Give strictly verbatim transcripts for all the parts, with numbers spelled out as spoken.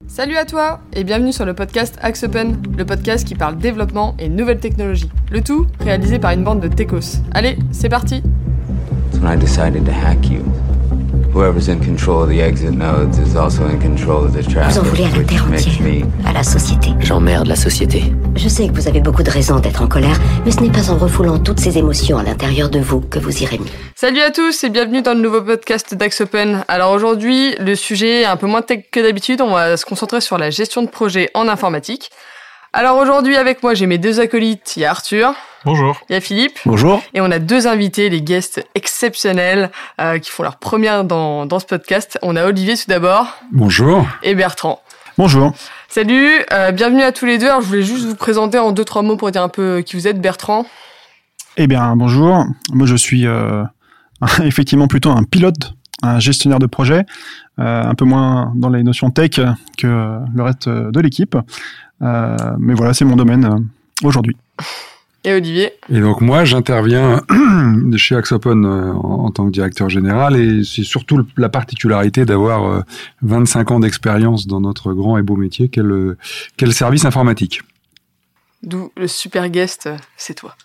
Salut à toi et bienvenue sur le podcast Axe Open, le podcast qui parle développement et nouvelles technologies. Le tout réalisé par une bande de techos. Allez, c'est parti. When I decided to hack you, whoever's in control of the exit nodes is also in control of the traffic. Vous en voulez à la which terre makes entière, me- à la société. J'emmerde la société. Je sais que vous avez beaucoup de raisons d'être en colère, mais ce n'est pas en refoulant toutes ces émotions à l'intérieur de vous que vous irez mieux. Salut à tous et bienvenue dans le nouveau podcast d'Axe Open. Alors aujourd'hui, le sujet est un peu moins tech que d'habitude, on va se concentrer sur la gestion de projet en informatique. Alors aujourd'hui avec moi j'ai mes deux acolytes, il y a Arthur. Bonjour. Il y a Philippe. Bonjour. Et on a deux invités, les guests exceptionnels, euh, qui font leur première dans, dans ce podcast. On a Olivier tout d'abord. Bonjour. Et Bertrand. Bonjour. Salut, euh, bienvenue à tous les deux. Alors je voulais juste vous présenter en deux, trois mots pour dire un peu qui vous êtes, Bertrand. Eh bien, bonjour. Moi, je suis euh, effectivement plutôt un pilote, un gestionnaire de projet, euh, un peu moins dans les notions tech que euh, le reste de l'équipe. Euh, mais voilà, c'est mon domaine euh, aujourd'hui. Et Olivier. Et donc moi, j'interviens chez Axe Open euh, en, en tant que directeur général et c'est surtout le, la particularité d'avoir euh, vingt-cinq ans d'expérience dans notre grand et beau métier qu'est le, qu'est le service informatique. D'où le super guest, c'est toi.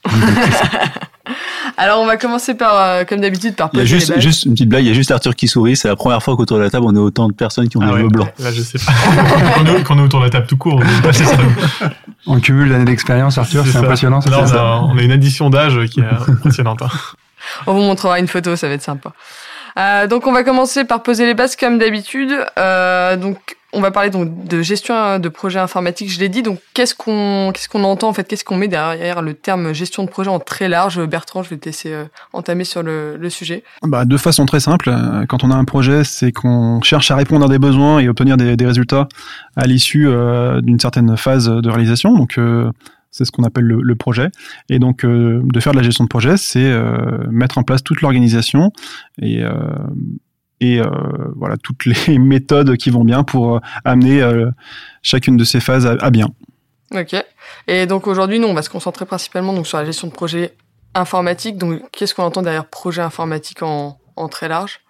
Alors on va commencer par, euh, comme d'habitude, par Il y a poser juste, les bases. juste une petite blague, il y a juste Arthur qui sourit, c'est la première fois qu'autour de la table on est autant de personnes qui ont Ah des ouais, cheveux blancs. Là, je sais pas. Quand on est, quand on est autour de la table tout court, on est pas, c'est ça. En cumul d'années d'expérience, Arthur, c'est, ça. impressionnant. Ça, Là, c'est on, ça a, on a une addition d'âge qui est impressionnante. Hein. On vous montrera une photo, ça va être sympa. Euh, donc on va commencer par poser les bases comme d'habitude. Euh, donc on va parler donc de gestion de projet informatique, je l'ai dit. Donc qu'est-ce qu'on qu'est-ce qu'on entend en fait, qu'est-ce qu'on met derrière le terme gestion de projet en très large. Bertrand, je vais te laisser euh, entamer sur le, le sujet. Bah, de façon très simple, euh, quand on a un projet, c'est qu'on cherche à répondre à des besoins et obtenir des, des résultats à l'issue euh, d'une certaine phase de réalisation. Donc, euh, c'est ce qu'on appelle le, le projet. Et donc, euh, de faire de la gestion de projet, c'est euh, mettre en place toute l'organisation et euh, et euh, voilà toutes les méthodes qui vont bien pour euh, amener euh, chacune de ces phases à, à bien. Ok. Et donc aujourd'hui, nous, on va se concentrer principalement donc sur la gestion de projet informatique. Donc qu'est-ce qu'on entend derrière projet informatique en, en très large?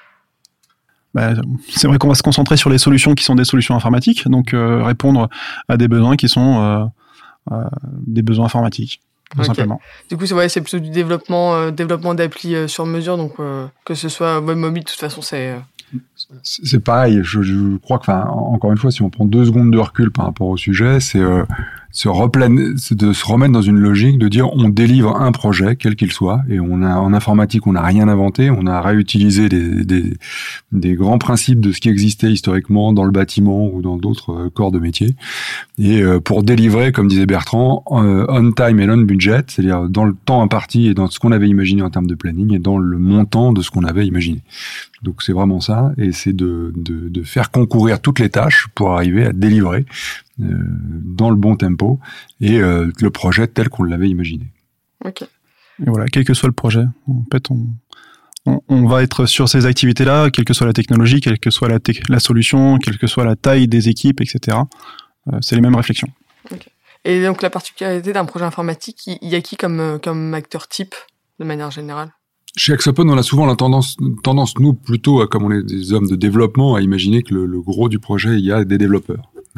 Bah, c'est vrai qu'on va se concentrer sur les solutions qui sont des solutions informatiques, donc euh, répondre à des besoins qui sont euh, euh, des besoins informatiques, tout Ok. simplement. Du coup, c'est ouais, c'est plutôt du développement, euh, développement d'appli euh, sur mesure. Donc euh, que ce soit web mobile, de toute façon, c'est. Euh... C'est c'est pareil, je, je crois que, enfin, encore une fois, si on prend deux secondes de recul par rapport au sujet, c'est, euh, se replaner, c'est de se remettre dans une logique de dire on délivre un projet, quel qu'il soit, et on a, en informatique, on n'a rien inventé, on a réutilisé des, des, des grands principes de ce qui existait historiquement dans le bâtiment ou dans d'autres euh, corps de métier, et euh, pour délivrer, comme disait Bertrand, euh, on time et on budget, c'est-à-dire dans le temps imparti et dans ce qu'on avait imaginé en termes de planning et dans le montant de ce qu'on avait imaginé. Donc c'est vraiment ça, et c'est de, de, de faire concourir toutes les tâches pour arriver à délivrer euh, dans le bon tempo et euh, le projet tel qu'on l'avait imaginé. Ok. Et voilà, quel que soit le projet, en fait, on, on, on va être sur ces activités-là, quelle que soit la technologie, quelle que soit la, tec- la solution, quelle que soit la taille des équipes, et cetera. Euh, c'est les mêmes réflexions. Ok. Et donc la particularité d'un projet informatique, il y a qui comme euh, comme acteur type de manière générale? Chez Axe Open, on a souvent la tendance, tendance, nous, plutôt, à, comme on est des hommes de développement, à imaginer que le, le gros du projet, il y a des développeurs. D'accord ?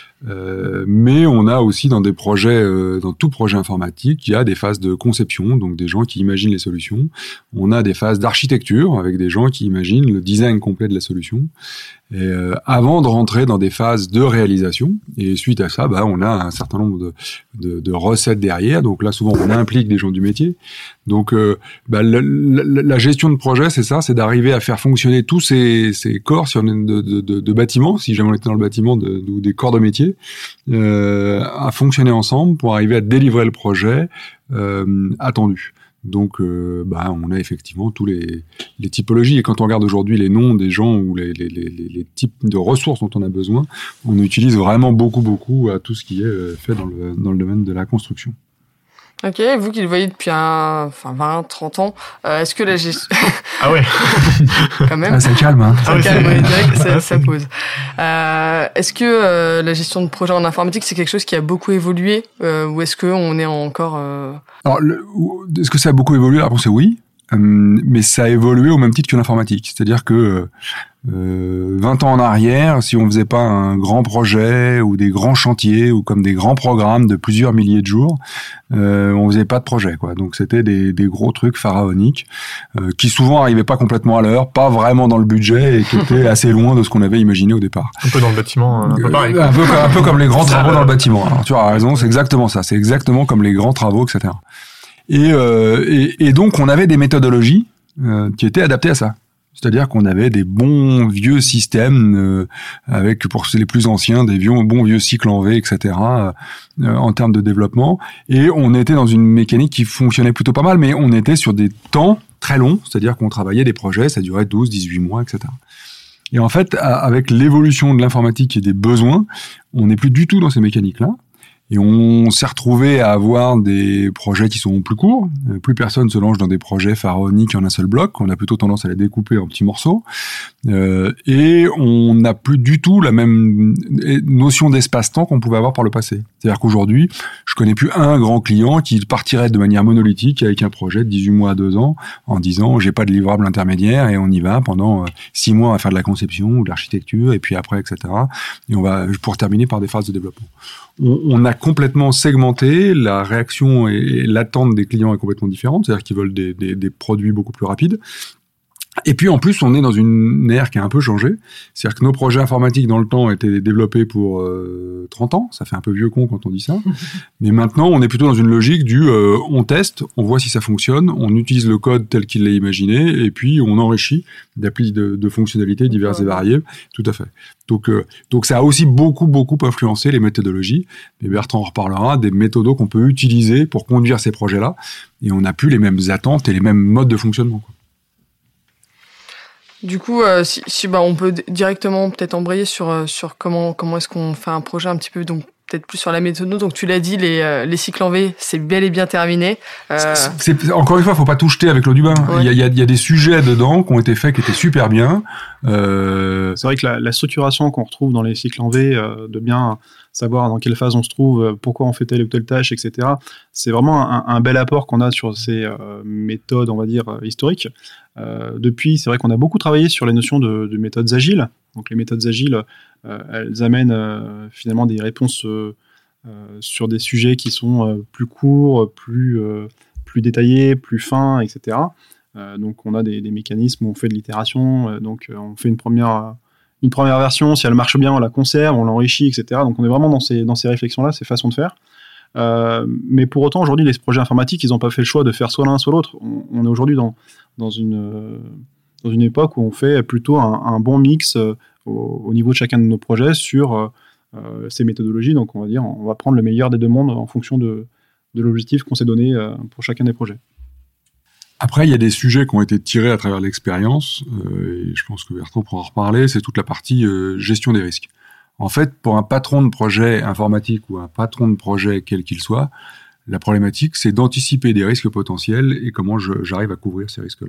Euh, mais on a aussi dans des projets, euh, dans tout projet informatique, il y a des phases de conception, donc des gens qui imaginent les solutions. On a des phases d'architecture, avec des gens qui imaginent le design complet de la solution. Et euh, avant de rentrer dans des phases de réalisation, et suite à ça, bah, on a un certain nombre de, de, de recettes derrière. Donc là, souvent, on implique des gens du métier. Donc, euh, bah, la, la, la gestion de projet, c'est ça, c'est d'arriver à faire fonctionner tous ces, ces corps sur une, de, de, de, de bâtiments, si jamais on était dans le bâtiment, de, de, des corps de métier, euh, à fonctionner ensemble pour arriver à délivrer le projet euh, attendu. Donc, euh, bah, on a effectivement tous les, les typologies. Et quand on regarde aujourd'hui les noms des gens ou les, les, les, les types de ressources dont on a besoin, on utilise vraiment beaucoup, beaucoup à tout ce qui est fait dans le, dans le domaine de la construction. Ok, vous qui le voyez depuis un, enfin vingt, trente ans, euh, est-ce que la gestion... Ah ouais. Quand même. Ah, ça calme, hein. Ça Ah oui, calme, c'est- ouais, direct, ça, ça pose. Euh, est-ce que euh, la gestion de projet en informatique, c'est quelque chose qui a beaucoup évolué euh, ou est-ce qu'on est encore... Euh... Alors, le, est-ce que ça a beaucoup évolué? La réponse est oui. Euh, mais ça a évolué au même titre que l'informatique. C'est-à-dire que euh, vingt ans en arrière, si on faisait pas un grand projet ou des grands chantiers ou comme des grands programmes de plusieurs milliers de jours, euh, on faisait pas de projet, quoi. Donc c'était des, des gros trucs pharaoniques euh, qui souvent arrivaient pas complètement à l'heure, pas vraiment dans le budget et qui étaient assez loin de ce qu'on avait imaginé au départ. Un peu dans le bâtiment, un peu pareil. Un peu, un peu comme les grands travaux dans le bâtiment. Alors, tu as raison, c'est exactement ça. C'est exactement comme les grands travaux, et cetera. Et, euh, et, et donc, on avait des méthodologies euh, qui étaient adaptées à ça. C'est-à-dire qu'on avait des bons vieux systèmes euh, avec, pour les plus anciens, des vieux, bons vieux cycles en V, et cetera. Euh, en termes de développement. Et on était dans une mécanique qui fonctionnait plutôt pas mal, mais on était sur des temps très longs. C'est-à-dire qu'on travaillait des projets, ça durait douze, dix-huit mois, et cetera. Et en fait, avec l'évolution de l'informatique et des besoins, on n'est plus du tout dans ces mécaniques-là. Et on s'est retrouvé à avoir des projets qui sont plus courts. Plus personne se lance dans des projets pharaoniques en un seul bloc. On a plutôt tendance à les découper en petits morceaux. Euh, et on n'a plus du tout la même notion d'espace-temps qu'on pouvait avoir par le passé. C'est-à-dire qu'aujourd'hui, je connais plus un grand client qui partirait de manière monolithique avec un projet de dix-huit mois à deux ans en disant j'ai pas de livrable intermédiaire et on y va pendant six mois à faire de la conception ou de l'architecture et puis après, et cetera. Et on va pour terminer par des phases de développement. On, on a complètement segmenté, la réaction et l'attente des clients est complètement différente, c'est-à-dire qu'ils veulent des, des, des produits beaucoup plus rapides. Et puis en plus, on est dans une ère qui a un peu changé, c'est-à-dire que nos projets informatiques dans le temps étaient développés pour euh, trente ans, ça fait un peu vieux con quand on dit ça, mais maintenant on est plutôt dans une logique du euh, on teste, on voit si ça fonctionne, on utilise le code tel qu'il l'est imaginé, et puis on enrichit d'applis de, de fonctionnalités diverses et variées, tout à fait. Donc, euh, donc ça a aussi beaucoup, beaucoup influencé les méthodologies. Et Bertrand en reparlera, des méthodos qu'on peut utiliser pour conduire ces projets-là. Et on n'a plus les mêmes attentes et les mêmes modes de fonctionnement, quoi. Du coup, euh, si, si bah, on peut d- directement peut-être embrayer sur euh, sur comment comment est-ce qu'on fait un projet un petit peu, donc peut-être plus sur la méthode. Donc tu l'as dit, les euh, les cycles en V, c'est bel et bien terminé. Euh... C'est, c'est, encore une fois, faut pas tout jeter avec l'eau du bain. Il ouais. y, a, y, a, y a des sujets dedans qui ont été faits qui étaient super bien. Euh... C'est vrai que la, la structuration qu'on retrouve dans les cycles en V, euh, de bien savoir dans quelle phase on se trouve, pourquoi on fait telle ou telle tâche, et cetera. C'est vraiment un, un bel apport qu'on a sur ces euh, méthodes, on va dire, euh, historiques. Euh, depuis, c'est vrai qu'on a beaucoup travaillé sur les notions de, de méthodes agiles. Donc les méthodes agiles, euh, elles amènent euh, finalement des réponses euh, euh, sur des sujets qui sont euh, plus courts, plus, euh, plus détaillés, plus fins, et cetera. Euh, donc on a des, des mécanismes où on fait de l'itération, euh, donc euh, on fait une première... une première version, si elle marche bien, on la conserve, on l'enrichit, et cetera. Donc on est vraiment dans ces, dans ces réflexions-là, ces façons de faire. Euh, mais pour autant, aujourd'hui, les projets informatiques, ils n'ont pas fait le choix de faire soit l'un, soit l'autre. On, on est aujourd'hui dans, dans, une, euh, dans une époque où on fait plutôt un, un bon mix euh, au, au niveau de chacun de nos projets sur euh, ces méthodologies. Donc on va dire, on va prendre le meilleur des deux mondes en fonction de, de l'objectif qu'on s'est donné euh, pour chacun des projets. Après, il y a des sujets qui ont été tirés à travers l'expérience, euh, et je pense que Bertrand pourra en reparler, c'est toute la partie euh, gestion des risques. En fait, pour un patron de projet informatique ou un patron de projet quel qu'il soit, la problématique, c'est d'anticiper des risques potentiels et comment je, j'arrive à couvrir ces risques-là.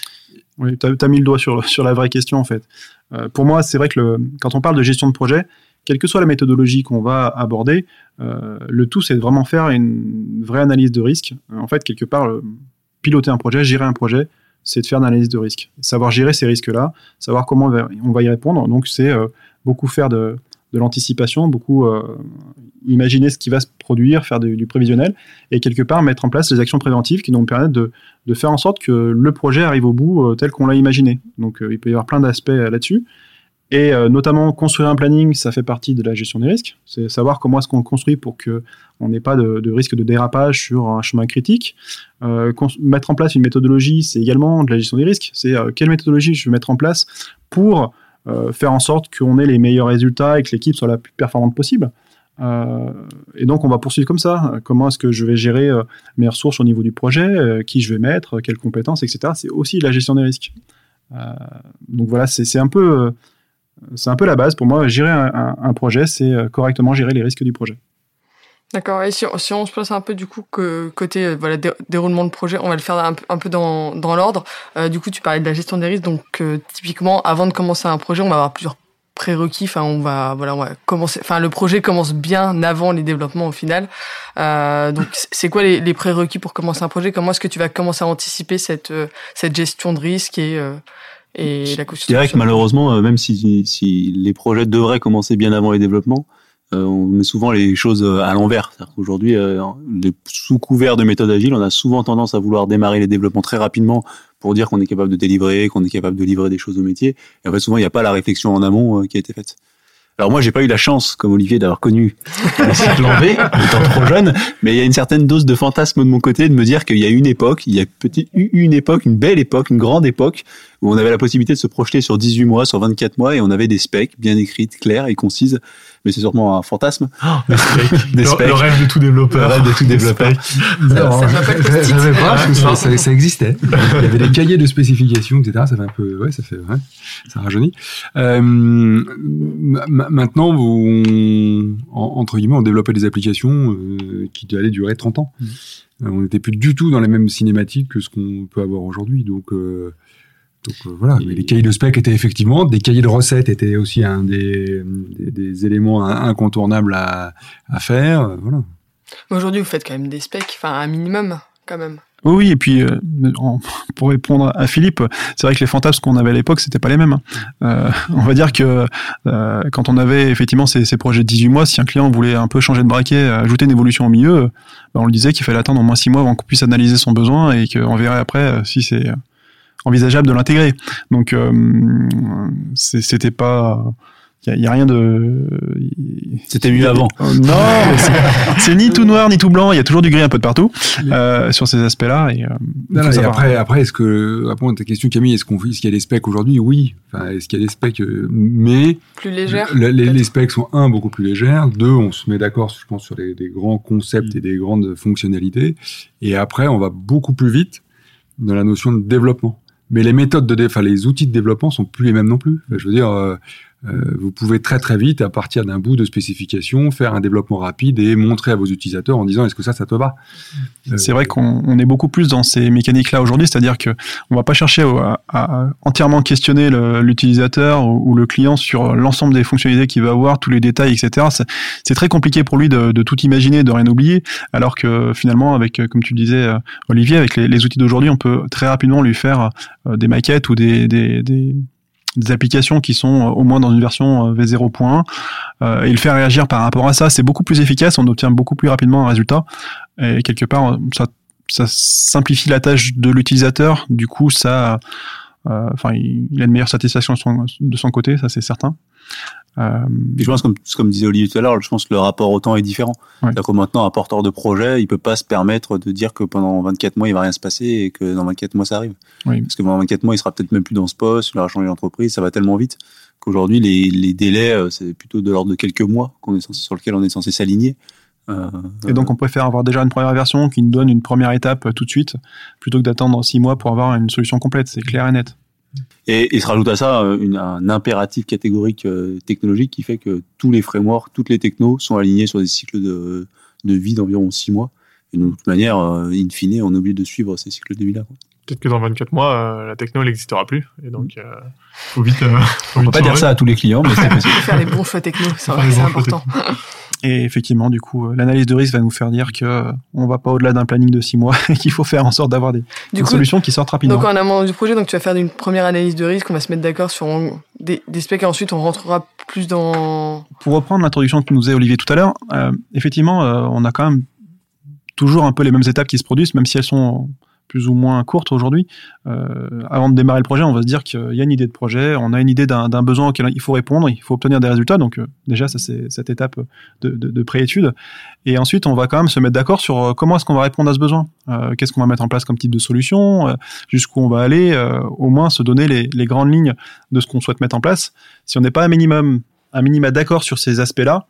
Oui, tu as mis le doigt sur, sur la vraie question, en fait. Euh, pour moi, c'est vrai que le, quand on parle de gestion de projet, quelle que soit la méthodologie qu'on va aborder, euh, le tout, c'est de vraiment faire une vraie analyse de risque. En fait, quelque part... Le, piloter un projet, gérer un projet, c'est de faire une analyse de risque. Savoir gérer ces risques-là, savoir comment on va y répondre. Donc, c'est euh, beaucoup faire de, de l'anticipation, beaucoup euh, imaginer ce qui va se produire, faire du, du prévisionnel, et quelque part mettre en place les actions préventives qui nous permettent de, de faire en sorte que le projet arrive au bout euh, tel qu'on l'a imaginé. Donc, euh, il peut y avoir plein d'aspects euh, là-dessus. Et euh, notamment, construire un planning, ça fait partie de la gestion des risques. C'est savoir comment est-ce qu'on le construit pour qu'on n'ait pas de, de risque de dérapage sur un chemin critique. Euh, cons- mettre en place une méthodologie, c'est également de la gestion des risques. C'est euh, quelle méthodologie je vais mettre en place pour euh, faire en sorte qu'on ait les meilleurs résultats et que l'équipe soit la plus performante possible. Euh, et donc, on va poursuivre comme ça. Comment est-ce que je vais gérer euh, mes ressources au niveau du projet, euh, qui je vais mettre, quelles compétences, et cetera. C'est aussi la gestion des risques. Euh, donc voilà, c'est, c'est un peu... Euh, C'est un peu la base pour moi. Gérer un, un, un projet, c'est correctement gérer les risques du projet. D'accord. Et si, si on se place un peu du coup que côté euh, voilà dé, déroulement de projet, on va le faire un peu, un peu dans, dans l'ordre. Euh, du coup, tu parlais de la gestion des risques. Donc euh, typiquement, avant de commencer un projet, on va avoir plusieurs prérequis. Enfin, on va voilà, on va commencer. Enfin, le projet commence bien avant les développements au final. Euh, donc, c'est quoi les, les prérequis pour commencer un projet ? Comment est-ce que tu vas commencer à anticiper cette euh, cette gestion de risque et euh, et la Je dirais que malheureusement, euh, même si, si les projets devraient commencer bien avant les développements, euh, on met souvent les choses à l'envers. C'est-à-dire qu'aujourd'hui, euh, sous couvert de méthode agile, on a souvent tendance à vouloir démarrer les développements très rapidement pour dire qu'on est capable de délivrer, qu'on est capable de livrer des choses au métier. Et en fait, souvent, il n'y a pas la réflexion en amont euh, qui a été faite. Alors moi, j'ai pas eu la chance, comme Olivier, d'avoir connu le cycle en V, étant trop jeune, mais il y a une certaine dose de fantasme de mon côté de me dire qu'il y a une époque, il y a peut-être eu une époque, une belle époque, une grande époque, où on avait la possibilité de se projeter sur dix-huit mois, sur vingt-quatre mois, et on avait des specs bien écrites, claires et concises. Mais c'est sûrement un fantasme. Oh, les specs. Des le, specs. le rêve de tout développeur. Le rêve de tout développeur. Non, j'avais pas, ça, ça, ça existait. Il y avait des cahiers de spécifications, et cetera. Ça fait un peu, ouais, ça fait, ouais, ça rajeunit. Euh, m- maintenant, vous, en, entre guillemets, on développait des applications euh, qui allaient durer trente ans. Mmh. Euh, on n'était plus du tout dans les mêmes cinématiques que ce qu'on peut avoir aujourd'hui. Donc, euh, Donc euh, voilà, mais les cahiers de spec étaient effectivement, des cahiers de recettes étaient aussi un des, des, des éléments incontournables à, à faire, euh, voilà. Aujourd'hui, vous faites quand même des specs, enfin un minimum quand même. Oui, oui, et puis euh, en, pour répondre à Philippe, c'est vrai que les fantasmes qu'on avait à l'époque, c'était pas les mêmes. Euh, on va dire que euh, quand on avait effectivement ces, ces projets de dix-huit mois, si un client voulait un peu changer de braquet, ajouter une évolution au milieu, ben on lui disait qu'il fallait attendre au moins six mois avant qu'on puisse analyser son besoin et qu'on verrait après si c'est envisageable de l'intégrer. Donc euh, c'était pas, il y, y a rien de, c'était mieux avant. Euh, non, c'est, c'est ni tout noir ni tout blanc. Il y a toujours du gris un peu de partout euh, sur ces aspects-là. Et, euh, non, non, et après, après, est-ce que, répondre à ta question, Camille, est-ce qu'on, est-ce qu'il y a des specs aujourd'hui? Oui. Enfin, est-ce qu'il y a des specs, euh, mais plus légères. Le, les, les specs sont un beaucoup plus légères. Deux, on se met d'accord, je pense, sur des, des grands concepts et des grandes fonctionnalités. Et après, on va beaucoup plus vite dans la notion de développement. Mais les méthodes de, dé... enfin, les outils de développement sont plus les mêmes non plus. Enfin, je veux dire, euh, euh, vous pouvez très très vite, à partir d'un bout de spécification, faire un développement rapide et montrer à vos utilisateurs en disant est-ce que ça, ça te va. Euh... C'est vrai qu'on on est beaucoup plus dans ces mécaniques-là aujourd'hui, c'est-à-dire que on va pas chercher à, à entièrement questionner le, l'utilisateur ou, ou le client sur l'ensemble des fonctionnalités qu'il va avoir, tous les détails, et cetera. C'est, c'est très compliqué pour lui de, de tout imaginer, de rien oublier, alors que finalement, avec, comme tu le disais, Olivier, avec les, les outils d'aujourd'hui, on peut très rapidement lui faire des maquettes ou des, des, des, des applications qui sont au moins dans une version V zéro point un euh, et le faire réagir par rapport à ça, c'est beaucoup plus efficace, on obtient beaucoup plus rapidement un résultat et quelque part ça, ça simplifie la tâche de l'utilisateur, du coup ça enfin euh, il a une meilleure satisfaction de son, de son côté, ça c'est certain. Euh, je pense, comme, comme disait Olivier tout à l'heure, je pense que le rapport au temps est différent. Ouais. C'est-à-dire que maintenant, un porteur de projet, il peut pas se permettre de dire que pendant vingt-quatre mois, il va rien se passer et que dans vingt-quatre mois, ça arrive. Oui. Parce que pendant vingt-quatre mois, il sera peut-être même plus dans ce poste, il aura changé d'entreprise, ça va tellement vite qu'aujourd'hui, les, les délais, c'est plutôt de l'ordre de quelques mois qu'on est censé, sur lequel on est censé s'aligner. Euh, et donc, on préfère avoir déjà une première version qui nous donne une première étape tout de suite, plutôt que d'attendre six mois pour avoir une solution complète. C'est clair et net. Et il se rajoute à ça une, un impératif catégorique euh, technologique qui fait que tous les frameworks, toutes les technos sont alignés sur des cycles de, de vie d'environ six mois. Et de toute manière, euh, in fine, on est obligé de suivre ces cycles de vie-là. Quoi. Peut-être que dans vingt-quatre mois, euh, la techno n'existera plus. Et donc, euh, faut vite. Euh, faut on vite peut pas dire ça à tous les clients, mais c'est possible. Faire les bons choix techno, c'est, vrai, c'est important. Et effectivement, du coup, l'analyse de risque va nous faire dire que euh, on va pas au-delà d'un planning de six mois et qu'il faut faire en sorte d'avoir des, des coup, solutions qui sortent rapidement. Donc, en amont du projet, donc tu vas faire une première analyse de risque, on va se mettre d'accord sur des, des specs et ensuite on rentrera plus dans... Pour reprendre l'introduction que nous faisait Olivier tout à l'heure, euh, effectivement, euh, on a quand même toujours un peu les mêmes étapes qui se produisent, même si elles sont plus ou moins courtes aujourd'hui. Euh, avant de démarrer le projet, on va se dire qu'il y a une idée de projet, on a une idée d'un, d'un besoin auquel il faut répondre, il faut obtenir des résultats. Donc euh, déjà, ça c'est cette étape de, de, de pré-étude. Et ensuite, on va quand même se mettre d'accord sur comment est-ce qu'on va répondre à ce besoin. Euh, qu'est-ce qu'on va mettre en place comme type de solution, euh, jusqu'où on va aller, euh, au moins se donner les, les grandes lignes de ce qu'on souhaite mettre en place. Si on n'est pas un minimum, un minima d'accord sur ces aspects-là,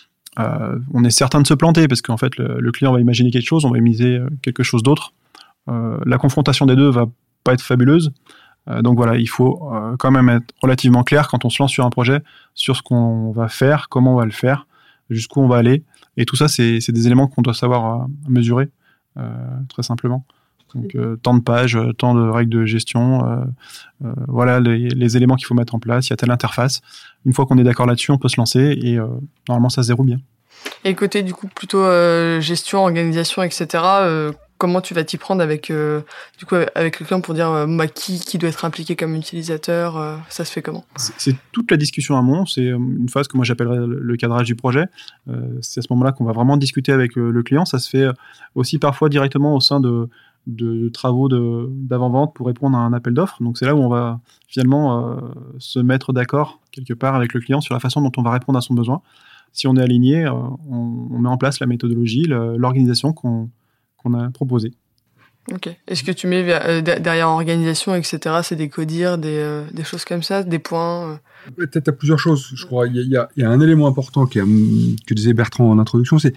euh, on est certain de se planter parce qu'en fait, le, le client va imaginer quelque chose, on va miser quelque chose d'autre. Euh, la confrontation des deux va pas être fabuleuse. Euh, donc voilà, il faut euh, quand même être relativement clair quand on se lance sur un projet, sur ce qu'on va faire, comment on va le faire, jusqu'où on va aller. Et tout ça, c'est, c'est des éléments qu'on doit savoir euh, mesurer, euh, très simplement. Donc, euh, tant de pages, tant de règles de gestion, euh, euh, voilà les, les éléments qu'il faut mettre en place, il y a telle interface. Une fois qu'on est d'accord là-dessus, on peut se lancer et euh, normalement, ça se déroule bien. Et côté, du coup, plutôt euh, gestion, organisation, et cetera, euh, comment tu vas t'y prendre avec euh, du coup avec le client pour dire euh, bah, qui qui doit être impliqué comme utilisateur, euh, ça se fait comment? c'est, c'est toute la discussion amont, c'est une phase que moi j'appellerais le, le cadrage du projet. Euh, c'est à ce moment-là qu'on va vraiment discuter avec le, le client. Ça se fait aussi parfois directement au sein de, de, de travaux de, d'avant-vente pour répondre à un appel d'offres. Donc c'est là où on va finalement euh, se mettre d'accord quelque part avec le client sur la façon dont on va répondre à son besoin. Si on est aligné, euh, on, on met en place la méthodologie, le, l'organisation qu'on qu'on a proposé. Ok. Est-ce que tu mets euh, derrière organisation, et cetera, c'est des codir, des, euh, des choses comme ça, des points euh... Peut-être à plusieurs choses, je crois. Il y a, il y a, il y a un élément important qui a, que disait Bertrand en introduction, c'est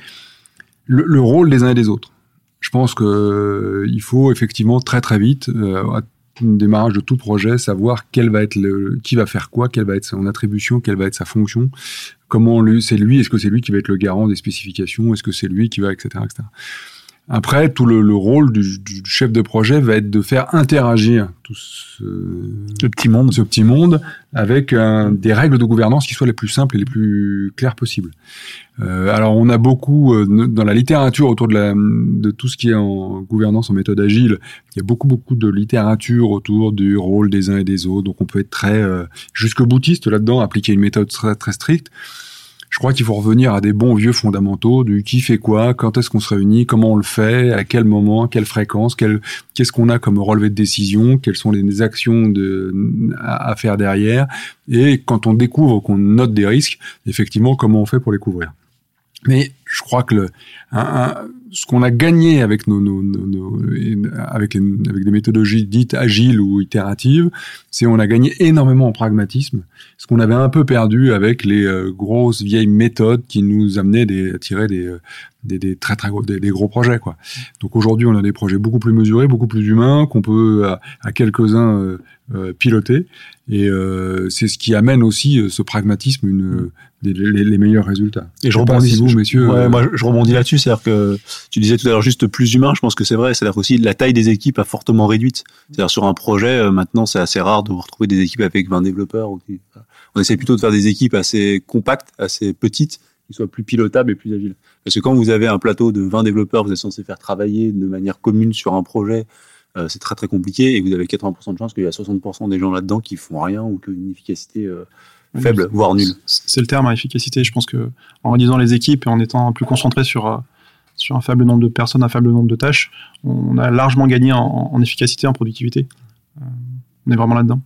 le, le rôle des uns et des autres. Je pense que euh, il faut effectivement très très vite, euh, à un démarrage de tout projet, savoir quel va être le, qui va faire quoi, quelle va être son attribution, quelle va être sa fonction, comment lui, c'est lui, est-ce que c'est lui qui va être le garant des spécifications, est-ce que c'est lui qui va, et cetera, et cetera. Après, tout le, le rôle du, du chef de projet va être de faire interagir tout ce, le petit monde, ce petit monde avec un, des règles de gouvernance qui soient les plus simples et les plus claires possibles. Euh, alors, on a beaucoup euh, dans la littérature autour de, la, de tout ce qui est en gouvernance en méthode agile. Il y a beaucoup beaucoup de littérature autour du rôle des uns et des autres. Donc, on peut être très euh, jusque-boutiste là-dedans, appliquer une méthode très, très stricte. Je crois qu'il faut revenir à des bons vieux fondamentaux du qui fait quoi, quand est-ce qu'on se réunit, comment on le fait, à quel moment, à quelle fréquence, quel, qu'est-ce qu'on a comme relevé de décision, quelles sont les actions de, à, à faire derrière, et quand on découvre qu'on note des risques, effectivement, comment on fait pour les couvrir. Mais je crois que le, un, un, ce qu'on a gagné avec nos, nos, nos, nos avec, les, avec des méthodologies dites agiles ou itératives, c'est on a gagné énormément en pragmatisme, ce qu'on avait un peu perdu avec les euh, grosses vieilles méthodes qui nous amenaient des, à tirer des, des, des très très gros, des, des gros projets, quoi. Donc aujourd'hui, on a des projets beaucoup plus mesurés, beaucoup plus humains, qu'on peut à, à quelques-uns euh, euh, piloter, et euh, c'est ce qui amène aussi euh, ce pragmatisme, une des, les, les meilleurs résultats. Et je rebondis, vous, messieurs. Ouais, euh, moi, je rebondis là-dessus, c'est-à-dire que tu disais tout à l'heure juste plus humain, je pense que c'est vrai, c'est-à-dire aussi la taille des équipes a fortement réduite. C'est-à-dire sur un projet, euh, maintenant, c'est assez rare de retrouver des équipes avec vingt développeurs. On essaie plutôt de faire des équipes assez compactes, assez petites, qui soient plus pilotables et plus agiles. Parce que quand vous avez un plateau de vingt développeurs, vous êtes censé faire travailler de manière commune sur un projet, euh, c'est très très compliqué, et vous avez quatre-vingts pour cent de chances qu'il y a soixante pour cent des gens là-dedans qui font rien ou qui ont une efficacité euh, faible, oui, voire nulle. C'est le terme, efficacité. Je pense que en réduisant les équipes et en étant plus concentré sur euh, sur un faible nombre de personnes, un faible nombre de tâches, on a largement gagné en, en efficacité, en productivité. Euh, on est vraiment là-dedans.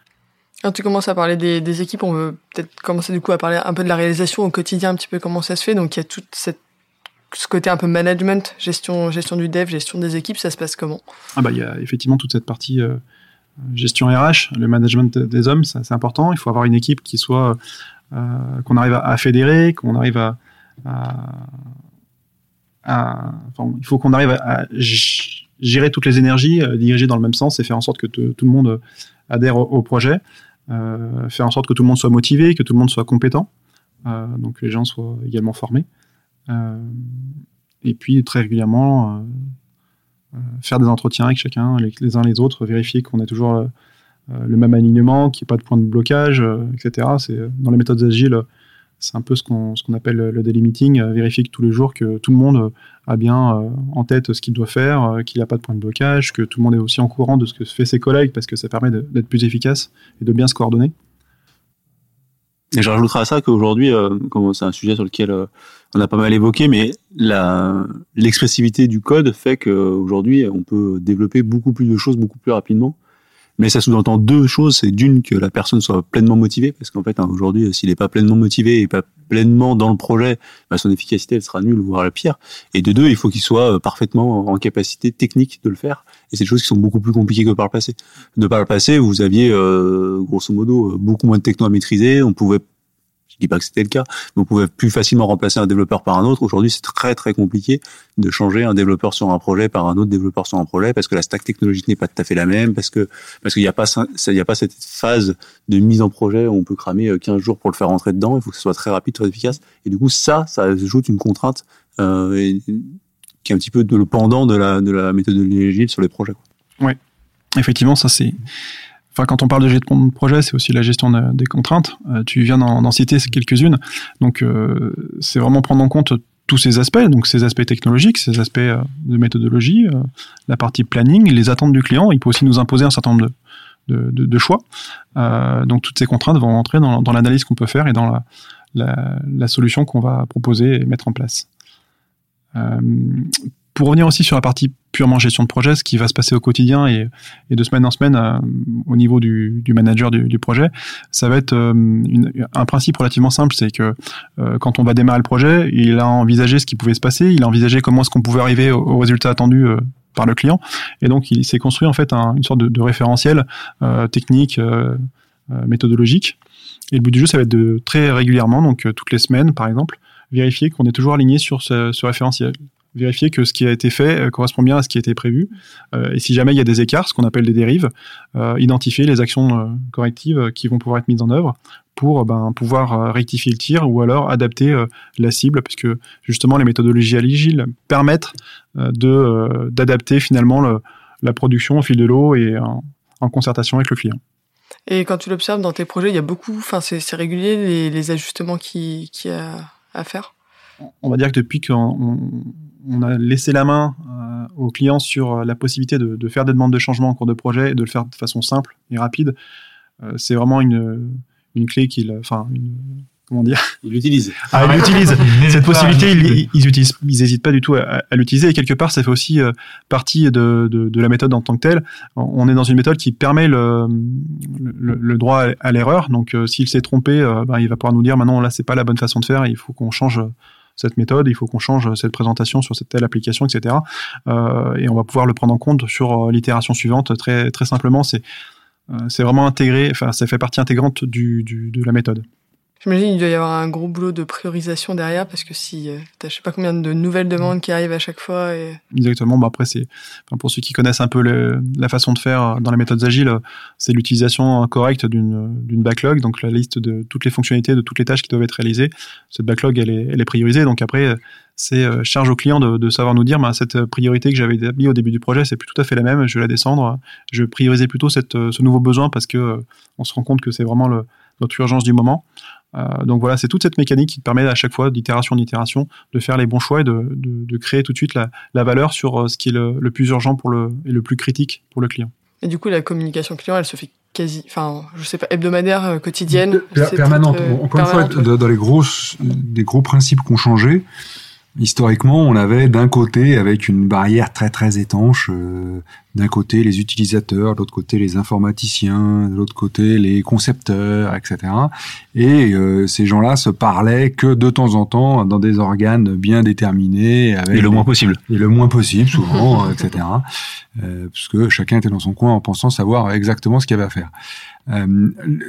Quand tu commences à parler des, des équipes, on veut peut-être commencer du coup à parler un peu de la réalisation au quotidien, un petit peu comment ça se fait. Donc il y a tout cette, ce côté un peu management, gestion, gestion du dev, gestion des équipes, ça se passe comment? Ah bah il y a effectivement toute cette partie euh, gestion R H, le management des hommes, ça, c'est important. Il faut avoir une équipe qui soit euh, qu'on arrive à, à fédérer, qu'on arrive à, à, à enfin, il faut qu'on arrive à, à gérer toutes les énergies, euh, diriger dans le même sens et faire en sorte que t- tout le monde adhère au, au projet. Euh, faire en sorte que tout le monde soit motivé, que tout le monde soit compétent, euh, donc que les gens soient également formés. Euh, et puis très régulièrement, euh, euh, faire des entretiens avec chacun, les, les uns les autres, vérifier qu'on a toujours euh, le même alignement, qu'il n'y ait pas de point de blocage, euh, et cetera. C'est, dans les méthodes agiles, c'est un peu ce qu'on, ce qu'on appelle le daily meeting, euh, vérifier que tous les jours que tout le monde a bien euh, en tête ce qu'il doit faire, euh, qu'il n'y a pas de point de blocage, que tout le monde est aussi en courant de ce que fait ses collègues, parce que ça permet de, d'être plus efficace et de bien se coordonner. Et je rajouterai à ça qu'aujourd'hui, euh, comme c'est un sujet sur lequel euh, on a pas mal évoqué, mais la, l'expressivité du code fait qu'aujourd'hui, on peut développer beaucoup plus de choses beaucoup plus rapidement. Mais ça sous-entend deux choses. C'est d'une, que la personne soit pleinement motivée, parce qu'en fait, hein, aujourd'hui, s'il n'est pas pleinement motivé et pas pleinement dans le projet, bah, son efficacité, elle sera nulle, voire la pire. Et de deux, il faut qu'il soit parfaitement en capacité technique de le faire. Et c'est des choses qui sont beaucoup plus compliquées que par le passé. De par le passé, vous aviez, euh, grosso modo, beaucoup moins de techno à maîtriser. On pouvait, je dis pas que c'était le cas, mais on pouvait plus facilement remplacer un développeur par un autre. Aujourd'hui, c'est très très compliqué de changer un développeur sur un projet par un autre développeur sur un projet, parce que la stack technologique n'est pas tout à fait la même, parce que parce qu'il n'y a pas ça, il y a pas cette phase de mise en projet où on peut cramer quinze jours pour le faire rentrer dedans. Il faut que ce soit très rapide, très efficace. Et du coup, ça, ça ajoute une contrainte euh, et, qui est un petit peu de, le pendant de la de la méthodologie agile sur les projets, quoi. Ouais, effectivement, ça c'est. Enfin, quand on parle de gestion de projet, c'est aussi la gestion de, des contraintes. Euh, tu viens d'en, d'en citer quelques-unes. Donc, euh, c'est vraiment prendre en compte tous ces aspects, donc ces aspects technologiques, ces aspects euh, de méthodologie, euh, la partie planning, les attentes du client. Il peut aussi nous imposer un certain nombre de, de, de, de choix. Euh, donc toutes ces contraintes vont entrer dans, dans l'analyse qu'on peut faire et dans la, la, la solution qu'on va proposer et mettre en place. Euh, pour revenir aussi sur la partie purement gestion de projet, ce qui va se passer au quotidien et, et de semaine en semaine euh, au niveau du, du manager du, du projet, ça va être euh, une, un principe relativement simple, c'est que euh, quand on va démarrer le projet, il a envisagé ce qui pouvait se passer, il a envisagé comment est-ce qu'on pouvait arriver au, au résultat attendu euh, par le client, et donc il s'est construit en fait un, une sorte de, de référentiel euh, technique, euh, euh, méthodologique. Et le but du jeu, ça va être de très régulièrement, donc euh, toutes les semaines par exemple, vérifier qu'on est toujours aligné sur ce, ce référentiel. Vérifier que ce qui a été fait euh, correspond bien à ce qui a été prévu. Euh, et si jamais il y a des écarts, ce qu'on appelle des dérives, euh, identifier les actions euh, correctives euh, qui vont pouvoir être mises en œuvre pour euh, ben, pouvoir euh, rectifier le tir ou alors adapter euh, la cible, puisque justement les méthodologies agiles permettent euh, de, euh, d'adapter finalement le, la production au fil de l'eau et en, en concertation avec le client. Et quand tu l'observes dans tes projets, il y a beaucoup, enfin c'est, c'est régulier les, les ajustements qui, qui a à faire. On va dire que depuis qu'on on, on a laissé la main euh, aux clients sur la possibilité de, de faire des demandes de changement en cours de projet et de le faire de façon simple et rapide, euh, c'est vraiment une, une clé qu'il, enfin, une, comment dire, ils l'utilisent. Ah, ils l'utilisent. Cette possibilité, ils, ils utilisent, ils n'hésitent pas du tout à, à l'utiliser. Et quelque part, ça fait aussi euh, partie de, de, de la méthode en tant que telle. On est dans une méthode qui permet le, le, le droit à, à l'erreur. Donc, euh, s'il s'est trompé, euh, ben, il va pouvoir nous dire, maintenant, là, c'est pas la bonne façon de faire. Il faut qu'on change cette méthode, il faut qu'on change cette présentation sur cette telle application, et cetera. Euh, et on va pouvoir le prendre en compte sur l'itération suivante très très simplement. C'est euh, c'est vraiment intégré, enfin ça fait partie intégrante du, du de la méthode. J'imagine qu'il doit y avoir un gros boulot de priorisation derrière, parce que si euh, t'as je sais pas combien de nouvelles demandes qui arrivent à chaque fois. Et... Exactement. Bon après c'est, enfin, pour ceux qui connaissent un peu le, la façon de faire dans les méthodes agiles, c'est l'utilisation correcte d'une d'une backlog, donc la liste de toutes les fonctionnalités, de toutes les tâches qui doivent être réalisées. Cette backlog elle est elle est priorisée, donc après c'est euh, charge au client de, de savoir nous dire, bah, cette priorité que j'avais établie au début du projet, c'est plus tout à fait la même. Je vais la descendre. Je vais prioriser plutôt cette ce nouveau besoin parce que euh, on se rend compte que c'est vraiment le, notre urgence du moment. Euh, donc voilà, c'est toute cette mécanique qui te permet à chaque fois, d'itération en itération, de faire les bons choix et de, de, de créer tout de suite la, la valeur sur ce qui est le, le plus urgent pour le, et le plus critique pour le client. Et du coup, la communication client, elle se fait quasi, enfin, je sais pas, hebdomadaire, euh, quotidienne, per- permanente. Toute, euh, Encore permanente, une fois, ouais. Dans les gros, des gros principes qui ont changé. Historiquement, on avait d'un côté, avec une barrière très très étanche, euh, d'un côté les utilisateurs, de l'autre côté les informaticiens, de l'autre côté les concepteurs, et cetera. Et euh, ces gens-là se parlaient que de temps en temps dans des organes bien déterminés. Avec et le des, moins possible. Et le moins possible, souvent, et cetera. Euh, parce que chacun était dans son coin en pensant savoir exactement ce qu'il y avait à faire. Euh,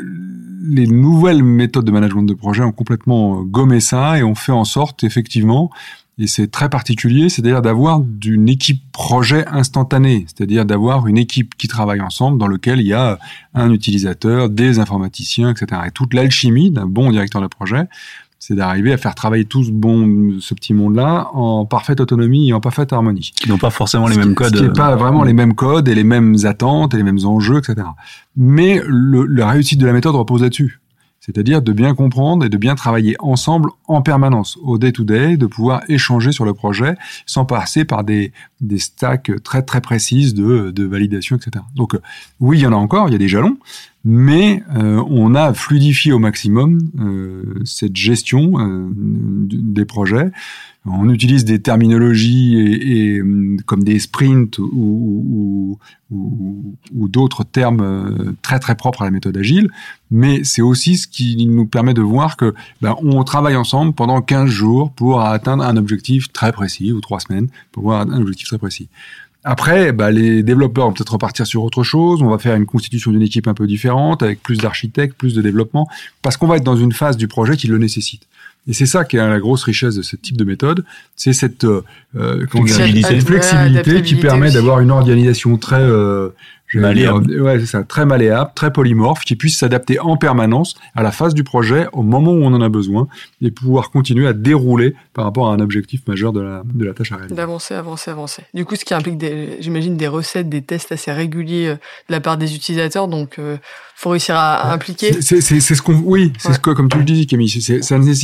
les nouvelles méthodes de management de projet ont complètement gommé ça et ont fait en sorte, effectivement, et c'est très particulier, c'est-à-dire d'avoir d'une équipe projet instantanée, c'est-à-dire d'avoir une équipe qui travaille ensemble dans lequel il y a un utilisateur, des informaticiens, et cetera. Et toute l'alchimie d'un bon directeur de projet, c'est d'arriver à faire travailler tout ce bon, ce petit monde-là en parfaite autonomie et en parfaite harmonie. Qui n'ont pas forcément les mêmes codes. Ce qui n'est pas vraiment les mêmes codes et les mêmes attentes et les mêmes enjeux, et cetera. Mais le, la réussite de la méthode repose là-dessus. C'est-à-dire de bien comprendre et de bien travailler ensemble en permanence, au day-to-day, de pouvoir échanger sur le projet sans passer par des, des stacks très très précises de, de validation, et cetera. Donc oui, il y en a encore, il y a des jalons, mais euh, on a fluidifié au maximum euh, cette gestion euh, des projets. On utilise des terminologies et, et comme des sprints ou, ou, ou, ou d'autres termes très très propres à la méthode agile, mais c'est aussi ce qui nous permet de voir que ben, on travaille ensemble pendant quinze jours pour atteindre un objectif très précis, ou trois semaines pour avoir un objectif très précis. Après, bah, les développeurs vont peut-être repartir sur autre chose. On va faire une constitution d'une équipe un peu différente, avec plus d'architectes, plus de développement, parce qu'on va être dans une phase du projet qui le nécessite. Et c'est ça qui est la grosse richesse de ce type de méthode, c'est cette euh, flexibilité, cette flexibilité qui permet aussi d'avoir une organisation très euh, malléable, dire, ouais, c'est ça, très malléable, très polymorphe, qui puisse s'adapter en permanence à la phase du projet, au moment où on en a besoin, et pouvoir continuer à dérouler par rapport à un objectif majeur de la de la tâche à réaliser. D'avancer, avancer, avancer. Du coup, ce qui implique, des, j'imagine, des recettes, des tests assez réguliers de la part des utilisateurs, donc euh, faut réussir à, à impliquer. C'est, c'est, c'est ce qu'on, oui, c'est ouais. ce que, comme tu le dis, Camille, c'est, ça nécessite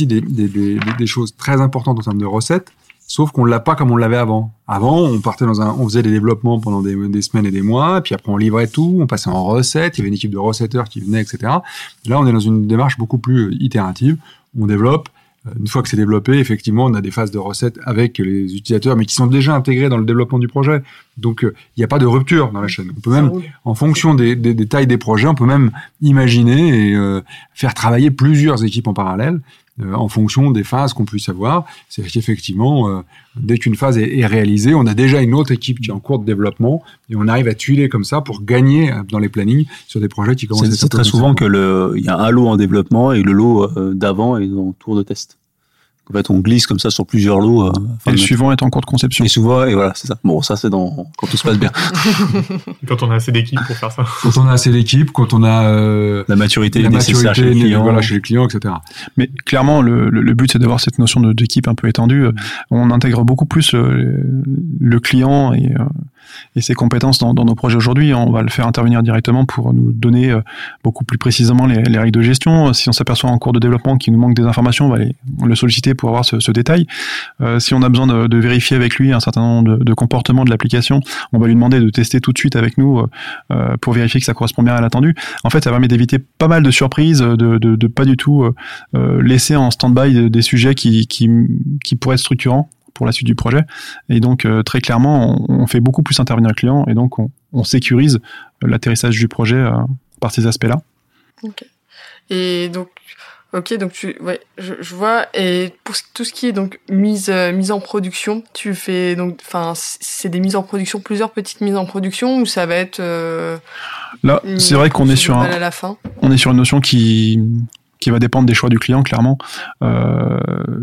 des, des, des, des choses très importantes en termes de recettes, sauf qu'on l'a pas comme on l'avait avant. Avant, on partait dans un, on faisait des développements pendant des, des semaines et des mois, puis après on livrait tout, on passait en recettes, il y avait une équipe de recetteurs qui venait, et cetera. Là, on est dans une démarche beaucoup plus itérative. On développe. Une fois que c'est développé, effectivement, on a des phases de recettes avec les utilisateurs, mais qui sont déjà intégrés dans le développement du projet. Donc, il euh, n'y a pas de rupture dans la chaîne. On peut même, en fonction des, des, des tailles des projets, on peut même imaginer et euh, faire travailler plusieurs équipes en parallèle euh, en fonction des phases qu'on puisse avoir. C'est-à-dire qu'effectivement, euh, dès qu'une phase est, est réalisée, on a déjà une autre équipe qui est en cours de développement et on arrive à tuiler comme ça pour gagner dans les plannings sur des projets qui commencent. C'est, c'est très souvent que le, il y a un lot en développement et le lot euh, d'avant est en tour de test. En fait, on glisse comme ça sur plusieurs lots. Euh, et le suivant est en cours de conception. Et souvent, et voilà, c'est ça. Bon, ça, c'est dans, quand tout se passe bien. Quand on a assez d'équipes pour faire ça. Quand on a assez d'équipes, quand on a, euh, la maturité la nécessaire maturité, chez les clients. Voilà, chez les clients, et cetera. Mais clairement, le, le, le but, c'est d'avoir cette notion de, d'équipe un peu étendue. Mmh. On intègre beaucoup plus le, le client et, euh, et ses compétences dans, dans nos projets aujourd'hui. On va le faire intervenir directement pour nous donner euh, beaucoup plus précisément les, les règles de gestion. Si on s'aperçoit en cours de développement qu'il nous manque des informations, on va les, on le solliciter pour avoir ce, ce détail. Euh, si on a besoin de, de vérifier avec lui un certain nombre de, de comportements de l'application, on va lui demander de tester tout de suite avec nous euh, pour vérifier que ça correspond bien à l'attendu. En fait, ça permet d'éviter pas mal de surprises, de, de, de pas du tout euh, laisser en stand-by des sujets qui, qui, qui pourraient être structurants pour la suite du projet. Et donc, euh, très clairement, on, on fait beaucoup plus intervenir le client et donc on, on sécurise l'atterrissage du projet euh, par ces aspects-là. Ok. Et donc, ok, donc tu, ouais, je, je vois. Et pour tout ce qui est donc mise, euh, mise en production, tu fais donc, enfin, c'est des mises en production, plusieurs petites mises en production ou ça va être euh, là, c'est vrai qu'on est sur un, à la fin. On est sur une notion qui qui va dépendre des choix du client, clairement. Euh,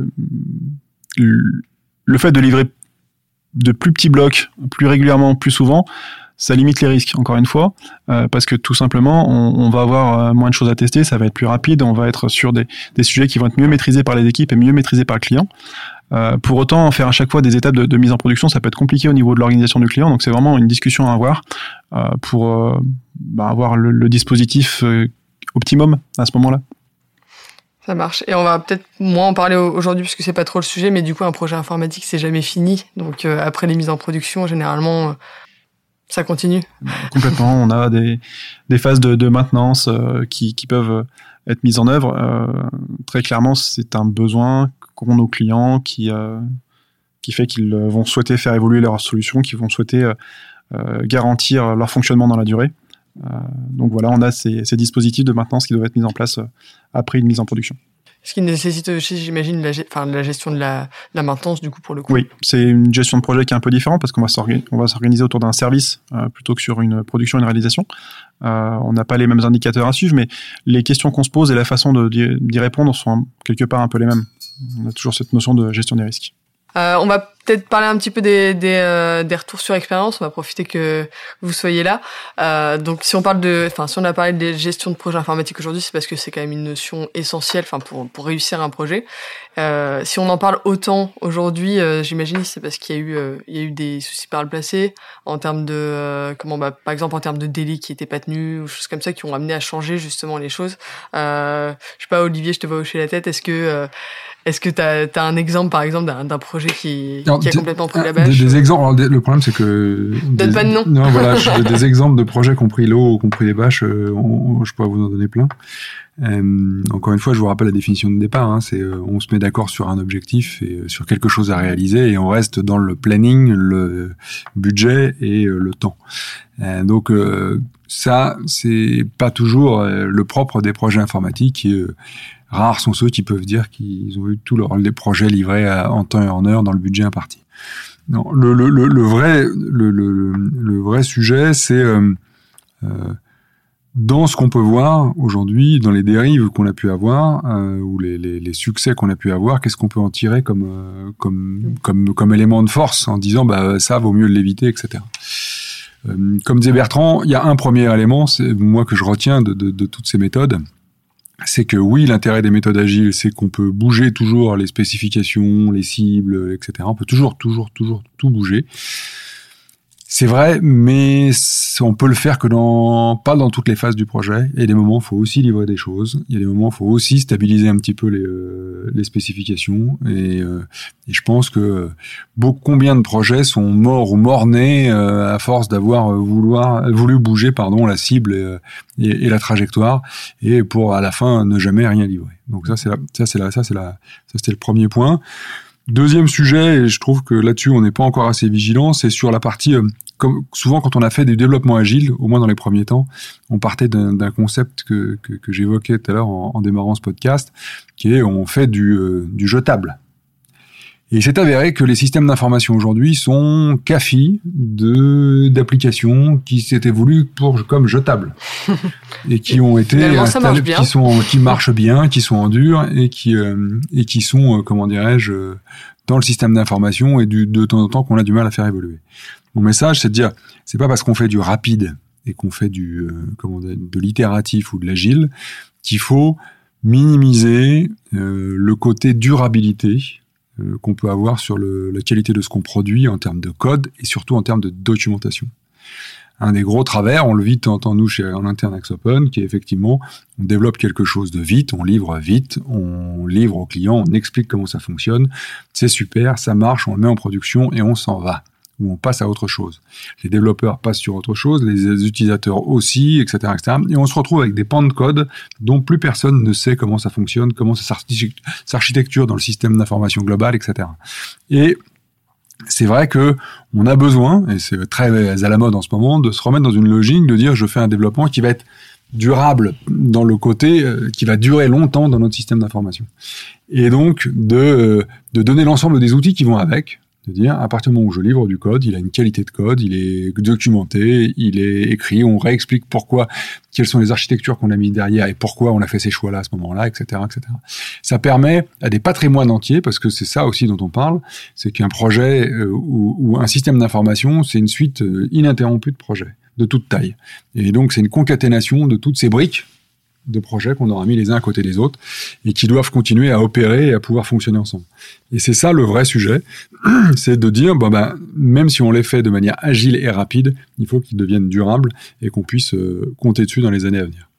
le fait de livrer de plus petits blocs, plus régulièrement, plus souvent, ça limite les risques, encore une fois, euh, parce que tout simplement, on, on va avoir euh, moins de choses à tester, ça va être plus rapide, on va être sur des, des sujets qui vont être mieux maîtrisés par les équipes et mieux maîtrisés par le client. Euh, pour autant, faire à chaque fois des étapes de, de mise en production, ça peut être compliqué au niveau de l'organisation du client, donc c'est vraiment une discussion à avoir euh, pour euh, bah, avoir le, le dispositif euh, optimum à ce moment-là. Ça marche. Et on va peut-être moins en parler aujourd'hui parce que c'est pas trop le sujet, mais du coup, un projet informatique, c'est jamais fini. Donc, euh, après les mises en production, généralement, euh, ça continue. Complètement. On a des, des phases de, de maintenance euh, qui, qui peuvent être mises en œuvre. Euh, très clairement, c'est un besoin qu'ont nos clients qui, euh, qui fait qu'ils vont souhaiter faire évoluer leur solution, qui vont souhaiter euh, euh, garantir leur fonctionnement dans la durée. Euh, donc voilà, on a ces, ces dispositifs de maintenance qui doivent être mis en place euh, après une mise en production. Ce qui nécessite aussi, j'imagine, la, enfin, la gestion de la, la maintenance, du coup, pour le coup. Oui, c'est une gestion de projet qui est un peu différente parce qu'on va s'organiser, on va s'organiser autour d'un service euh, plutôt que sur une production et une réalisation. Euh, on n'a pas les mêmes indicateurs à suivre, mais les questions qu'on se pose et la façon de, d'y, d'y répondre sont quelque part un peu les mêmes. On a toujours cette notion de gestion des risques. Euh, on va peut-être parler un petit peu des, des, euh, des retours sur expérience. On va profiter que vous soyez là. Euh, donc, si on parle de, enfin, si on a parlé de gestion de projet informatique aujourd'hui, c'est parce que c'est quand même une notion essentielle, enfin, pour pour réussir un projet. Euh, si on en parle autant aujourd'hui, euh, j'imagine c'est parce qu'il y a eu, euh, il y a eu des soucis par le passé en termes de, euh, comment, bah, par exemple en termes de délais qui étaient pas tenus ou choses comme ça qui ont amené à changer justement les choses. Euh, je sais pas, Olivier, je te vois hocher la tête. Est-ce que euh, Est-ce que tu as un exemple, par exemple, d'un, d'un projet qui, alors, qui a des, complètement pris la bâche? Des, des exemples. Alors, des, le problème, c'est que... Donne des, pas de nom. Non, voilà. Des, des exemples de projets qui ont pris l'eau ou qui ont pris les bâches, euh, on, je pourrais vous en donner plein. Euh, encore une fois, je vous rappelle la définition de départ. Hein, c'est euh, on se met d'accord sur un objectif et euh, sur quelque chose à réaliser et on reste dans le planning, le budget et euh, le temps. Euh, donc euh, ça, c'est pas toujours euh, le propre des projets informatiques. Et, euh, rares sont ceux qui peuvent dire qu'ils ont eu tous leurs les projets livrés à, en temps et en heure dans le budget imparti. Non, le, le, le, le vrai le, le, le vrai sujet, c'est euh, euh, dans ce qu'on peut voir aujourd'hui, dans les dérives qu'on a pu avoir, euh, ou les, les, les succès qu'on a pu avoir, qu'est-ce qu'on peut en tirer comme, euh, comme, comme, comme élément de force en disant bah, ça vaut mieux l'éviter, et cetera. Euh, comme disait Bertrand, il y a un premier élément, c'est moi que je retiens de, de, de toutes ces méthodes, c'est que oui, l'intérêt des méthodes agiles, c'est qu'on peut bouger toujours les spécifications, les cibles, et cetera. On peut toujours, toujours, toujours tout bouger. C'est vrai, mais on peut le faire que dans pas dans toutes les phases du projet. Il y a des moments où il faut aussi livrer des choses. Il y a des moments où il faut aussi stabiliser un petit peu les, euh, les spécifications. Et, euh, et je pense que beaucoup, combien de projets sont morts ou morts-nés euh, à force d'avoir vouloir, voulu bouger pardon, la cible et, et, et la trajectoire, et pour à la fin ne jamais rien livrer. Donc ça c'est la, ça c'est la, ça c'est la, ça c'était le premier point. Deuxième sujet, et je trouve que là-dessus on n'est pas encore assez vigilant, c'est sur la partie, euh, comme souvent quand on a fait du développement agile, au moins dans les premiers temps, on partait d'un, d'un concept que, que, que j'évoquais tout à l'heure en, en démarrant ce podcast, qui est on fait du, euh, du jetable. Et il s'est avéré que les systèmes d'information aujourd'hui sont cafis de d'applications qui s'étaient voulues pour comme jetables et qui ont été installées, qui sont qui marchent bien, qui sont en dur et qui euh, et qui sont euh, comment dirais-je euh, dans le système d'information et du, de temps en temps qu'on a du mal à faire évoluer. Mon message, c'est de dire, c'est pas parce qu'on fait du rapide et qu'on fait du euh, comment dire, de l'itératif ou de l'agile qu'il faut minimiser euh, le côté durabilité qu'on peut avoir sur le, la qualité de ce qu'on produit en termes de code et surtout en termes de documentation. Un des gros travers, on le vit de temps en temps nous chez en interne Axe Open, qui est effectivement, on développe quelque chose de vite, on livre vite, on livre au client, on explique comment ça fonctionne, c'est super, ça marche, on le met en production et on s'en va. Ou on passe à autre chose. Les développeurs passent sur autre chose, les utilisateurs aussi, et cetera, et cetera. Et on se retrouve avec des pans de code dont plus personne ne sait comment ça fonctionne, comment ça s'architecture dans le système d'information global, et cetera. Et c'est vrai que on a besoin, et c'est très à la mode en ce moment, de se remettre dans une logique de dire je fais un développement qui va être durable dans le côté euh, qui va durer longtemps dans notre système d'information. Et donc de, euh, de donner l'ensemble des outils qui vont avec. De dire, à partir du moment où je livre du code, il a une qualité de code, il est documenté, il est écrit, on réexplique pourquoi, quelles sont les architectures qu'on a mis derrière et pourquoi on a fait ces choix-là à ce moment-là, et cetera, et cetera. Ça permet à des patrimoines entiers, parce que c'est ça aussi dont on parle, c'est qu'un projet euh, ou, ou un système d'information, c'est une suite euh, ininterrompue de projets, de toute taille. Et donc, c'est une concaténation de toutes ces briques de projets qu'on aura mis les uns à côté des autres et qui doivent continuer à opérer et à pouvoir fonctionner ensemble. Et c'est ça le vrai sujet, c'est de dire, bon ben, même si on les fait de manière agile et rapide, il faut qu'ils deviennent durables et qu'on puisse euh, compter dessus dans les années à venir.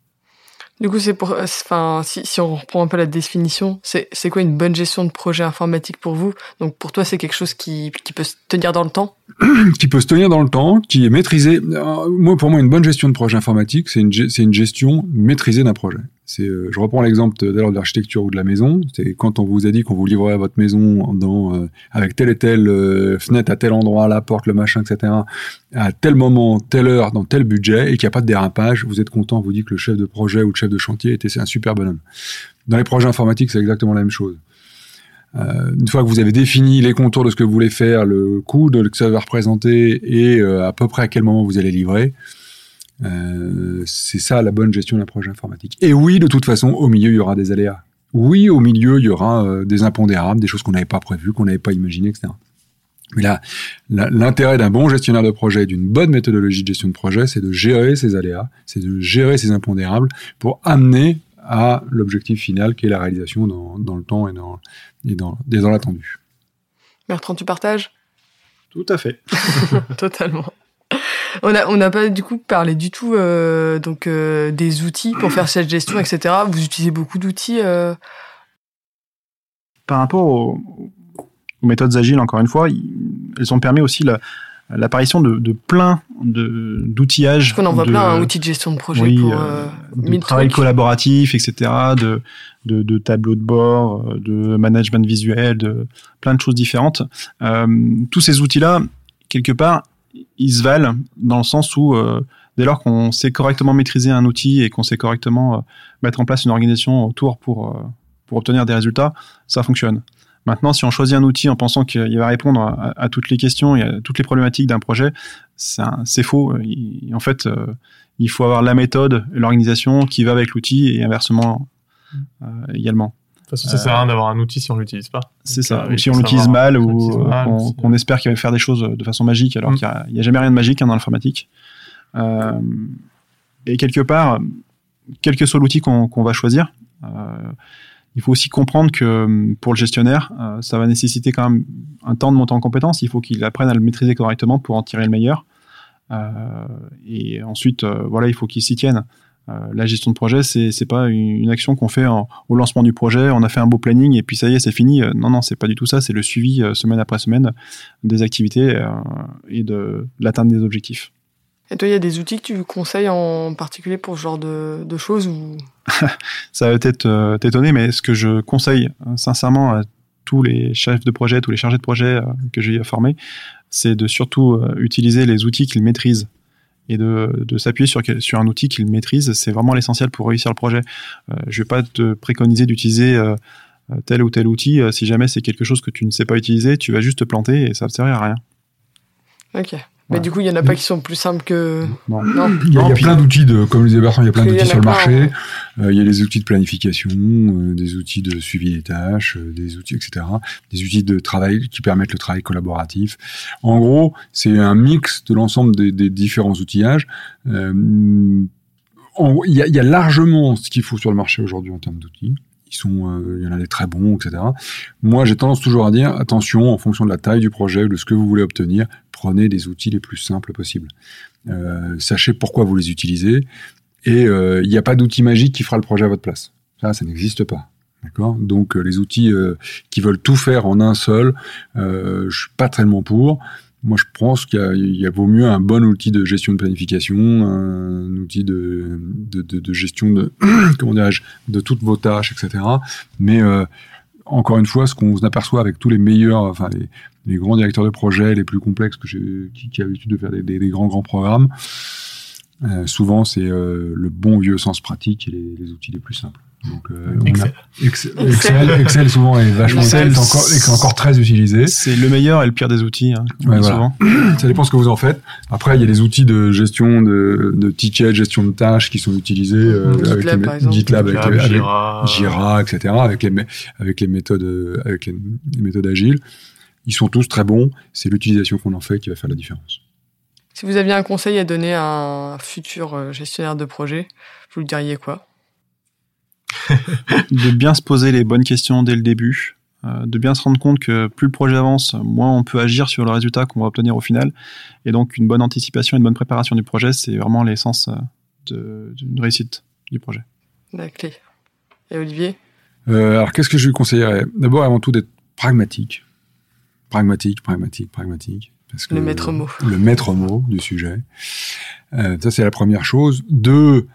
Du coup, c'est pour, enfin, si, si on reprend un peu la définition, c'est, c'est quoi une bonne gestion de projet informatique pour vous? Donc, pour toi, c'est quelque chose qui, qui peut se tenir dans le temps? Qui peut se tenir dans le temps, qui est maîtrisé. Moi, pour moi, une bonne gestion de projet informatique, c'est une, c'est une gestion maîtrisée d'un projet. C'est, euh, je reprends l'exemple d'ailleurs de l'architecture ou de la maison. C'est quand on vous a dit qu'on vous livrerait votre maison dans, euh, avec telle et telle euh, fenêtre à tel endroit, la porte, le machin, et cetera, à tel moment, telle heure, dans tel budget, et qu'il n'y a pas de dérapage, vous êtes content, on vous dit que le chef de projet ou le chef de chantier était un super bonhomme. Dans les projets informatiques, c'est exactement la même chose. Euh, une fois que vous avez défini les contours de ce que vous voulez faire, le coût de ce que ça va représenter et euh, à peu près à quel moment vous allez livrer, euh, c'est ça la bonne gestion d'un projet informatique. Et oui, de toute façon, au milieu, il y aura des aléas. Oui, au milieu, il y aura euh, des impondérables, des choses qu'on n'avait pas prévues, qu'on n'avait pas imaginées, et cetera. Mais là, la, l'intérêt d'un bon gestionnaire de projet, d'une bonne méthodologie de gestion de projet, c'est de gérer ces aléas, c'est de gérer ces impondérables pour amener à l'objectif final qui est la réalisation dans, dans le temps et dans, et dans, et dans l'attendu. Bertrand, tu partages? Tout à fait. Totalement. On n'a on n'a pas du coup parlé du tout euh, donc euh, des outils pour faire cette gestion, et cetera. Vous utilisez beaucoup d'outils euh... Par rapport aux, aux méthodes agiles, encore une fois, elles ont permis aussi la, l'apparition de, de plein de, d'outillages. Parce qu'on en voit de, plein, un outil de gestion de projet oui, pour euh, euh, de travail collaboratif, et cetera, de, de, de tableaux de bord, de management visuel, de plein de choses différentes. Euh, tous ces outils-là, quelque part, ils se valent dans le sens où, euh, dès lors qu'on sait correctement maîtriser un outil et qu'on sait correctement euh, mettre en place une organisation autour pour, euh, pour obtenir des résultats, ça fonctionne. Maintenant, si on choisit un outil en pensant qu'il va répondre à, à toutes les questions et à toutes les problématiques d'un projet, c'est, un, c'est faux. Il, en fait, euh, il faut avoir la méthode et l'organisation qui va avec l'outil et inversement euh, également. De toute façon, ça sert à rien d'avoir un outil si on l'utilise pas. C'est Donc, ça. Euh, ou si on l'utilise mal ou mal, qu'on, si... qu'on espère qu'il va faire des choses de façon magique, alors mm. qu'il n'y a, a jamais rien de magique hein, dans l'informatique. Euh, et quelque part, quel que soit l'outil qu'on, qu'on va choisir, euh, il faut aussi comprendre que pour le gestionnaire, euh, ça va nécessiter quand même un temps de monter en compétence. Il faut qu'il apprenne à le maîtriser correctement pour en tirer le meilleur. Euh, et ensuite, euh, voilà, il faut qu'il s'y tienne. Euh, la gestion de projet, c'est c'est pas une, une action qu'on fait en, au lancement du projet. On a fait un beau planning et puis ça y est, c'est fini. Euh, non, non, c'est pas du tout ça. C'est le suivi euh, semaine après semaine des activités euh, et de, de l'atteinte des objectifs. Et toi, il y a des outils que tu conseilles en particulier pour ce genre de, de choses ou... Ça va peut-être euh, t'étonner, mais ce que je conseille euh, sincèrement à tous les chefs de projet, tous les chargés de projet euh, que j'ai formés, c'est de surtout euh, utiliser les outils qu'ils maîtrisent et de, de s'appuyer sur, sur un outil qu'ils maîtrisent. C'est vraiment l'essentiel pour réussir le projet. Euh, je ne vais pas te préconiser d'utiliser euh, tel ou tel outil. Euh, si jamais c'est quelque chose que tu ne sais pas utiliser, tu vas juste te planter et ça ne te servir à rien. Ok. Mais du coup, il n'y en a pas qui sont plus simples que... Non. Non. Il y a, il y a plein d'outils, de, comme le disait Bertrand, il y a plein d'outils sur le marché. Ouais. Euh, il y a les outils de planification, euh, des outils de suivi des tâches, euh, des outils, et cetera. Des outils de travail qui permettent le travail collaboratif. En gros, c'est un mix de l'ensemble des, des différents outillages. Euh, en, il, y a, il y a largement ce qu'il faut sur le marché aujourd'hui en termes d'outils. Ils sont, euh, il y en a des très bons, et cetera. Moi, j'ai tendance toujours à dire, attention, en fonction de la taille du projet, de ce que vous voulez obtenir, prenez des outils les plus simples possibles. Euh, sachez pourquoi vous les utilisez. Et euh, il n'y a pas d'outil magique qui fera le projet à votre place. Ça, ça n'existe pas. D'accord ? Donc, euh, les outils euh, qui veulent tout faire en un seul, euh, je suis pas tellement pour. Moi, je pense qu'il y a, il y a vaut mieux un bon outil de gestion de planification, un outil de, de, de, de gestion de, comment dirais-je, de toutes vos tâches, et cetera. Mais euh, encore une fois, ce qu'on aperçoit avec tous les meilleurs, enfin les, les grands directeurs de projet, les plus complexes que j'ai, qui, qui ont l'habitude de faire des, des, des grands grands programmes, euh, souvent c'est euh, le bon vieux sens pratique et les, les outils les plus simples. Donc, euh, Excel. On a Excel, Excel, Excel souvent est vachement Excel, est encore, est encore très utilisé. C'est le meilleur et le pire des outils. Hein, Ouais, voilà. Souvent. Ça dépend ce que vous en faites. Après, il y a les outils de gestion de, de tickets, gestion de tâches qui sont utilisés euh, GitLab, avec les, par exemple. GitLab, avec, GitLab, avec Jira. Jira, et cetera. Avec les avec les méthodes avec les, les méthodes agiles. Ils sont tous très bons. C'est l'utilisation qu'on en fait qui va faire la différence. Si vous aviez un conseil à donner à un futur gestionnaire de projet, vous lui diriez quoi ? De bien se poser les bonnes questions dès le début, euh, de bien se rendre compte que plus le projet avance, moins on peut agir sur le résultat qu'on va obtenir au final. Et donc, une bonne anticipation, une bonne préparation du projet, c'est vraiment l'essence de, d'une réussite du projet. La clé. Et Olivier ? euh, Alors, qu'est-ce que je lui conseillerais ? D'abord, avant tout, d'être pragmatique. Pragmatique, pragmatique, pragmatique. Parce que le maître mot. Le maître mot du sujet. Euh, ça, c'est la première chose. Deux,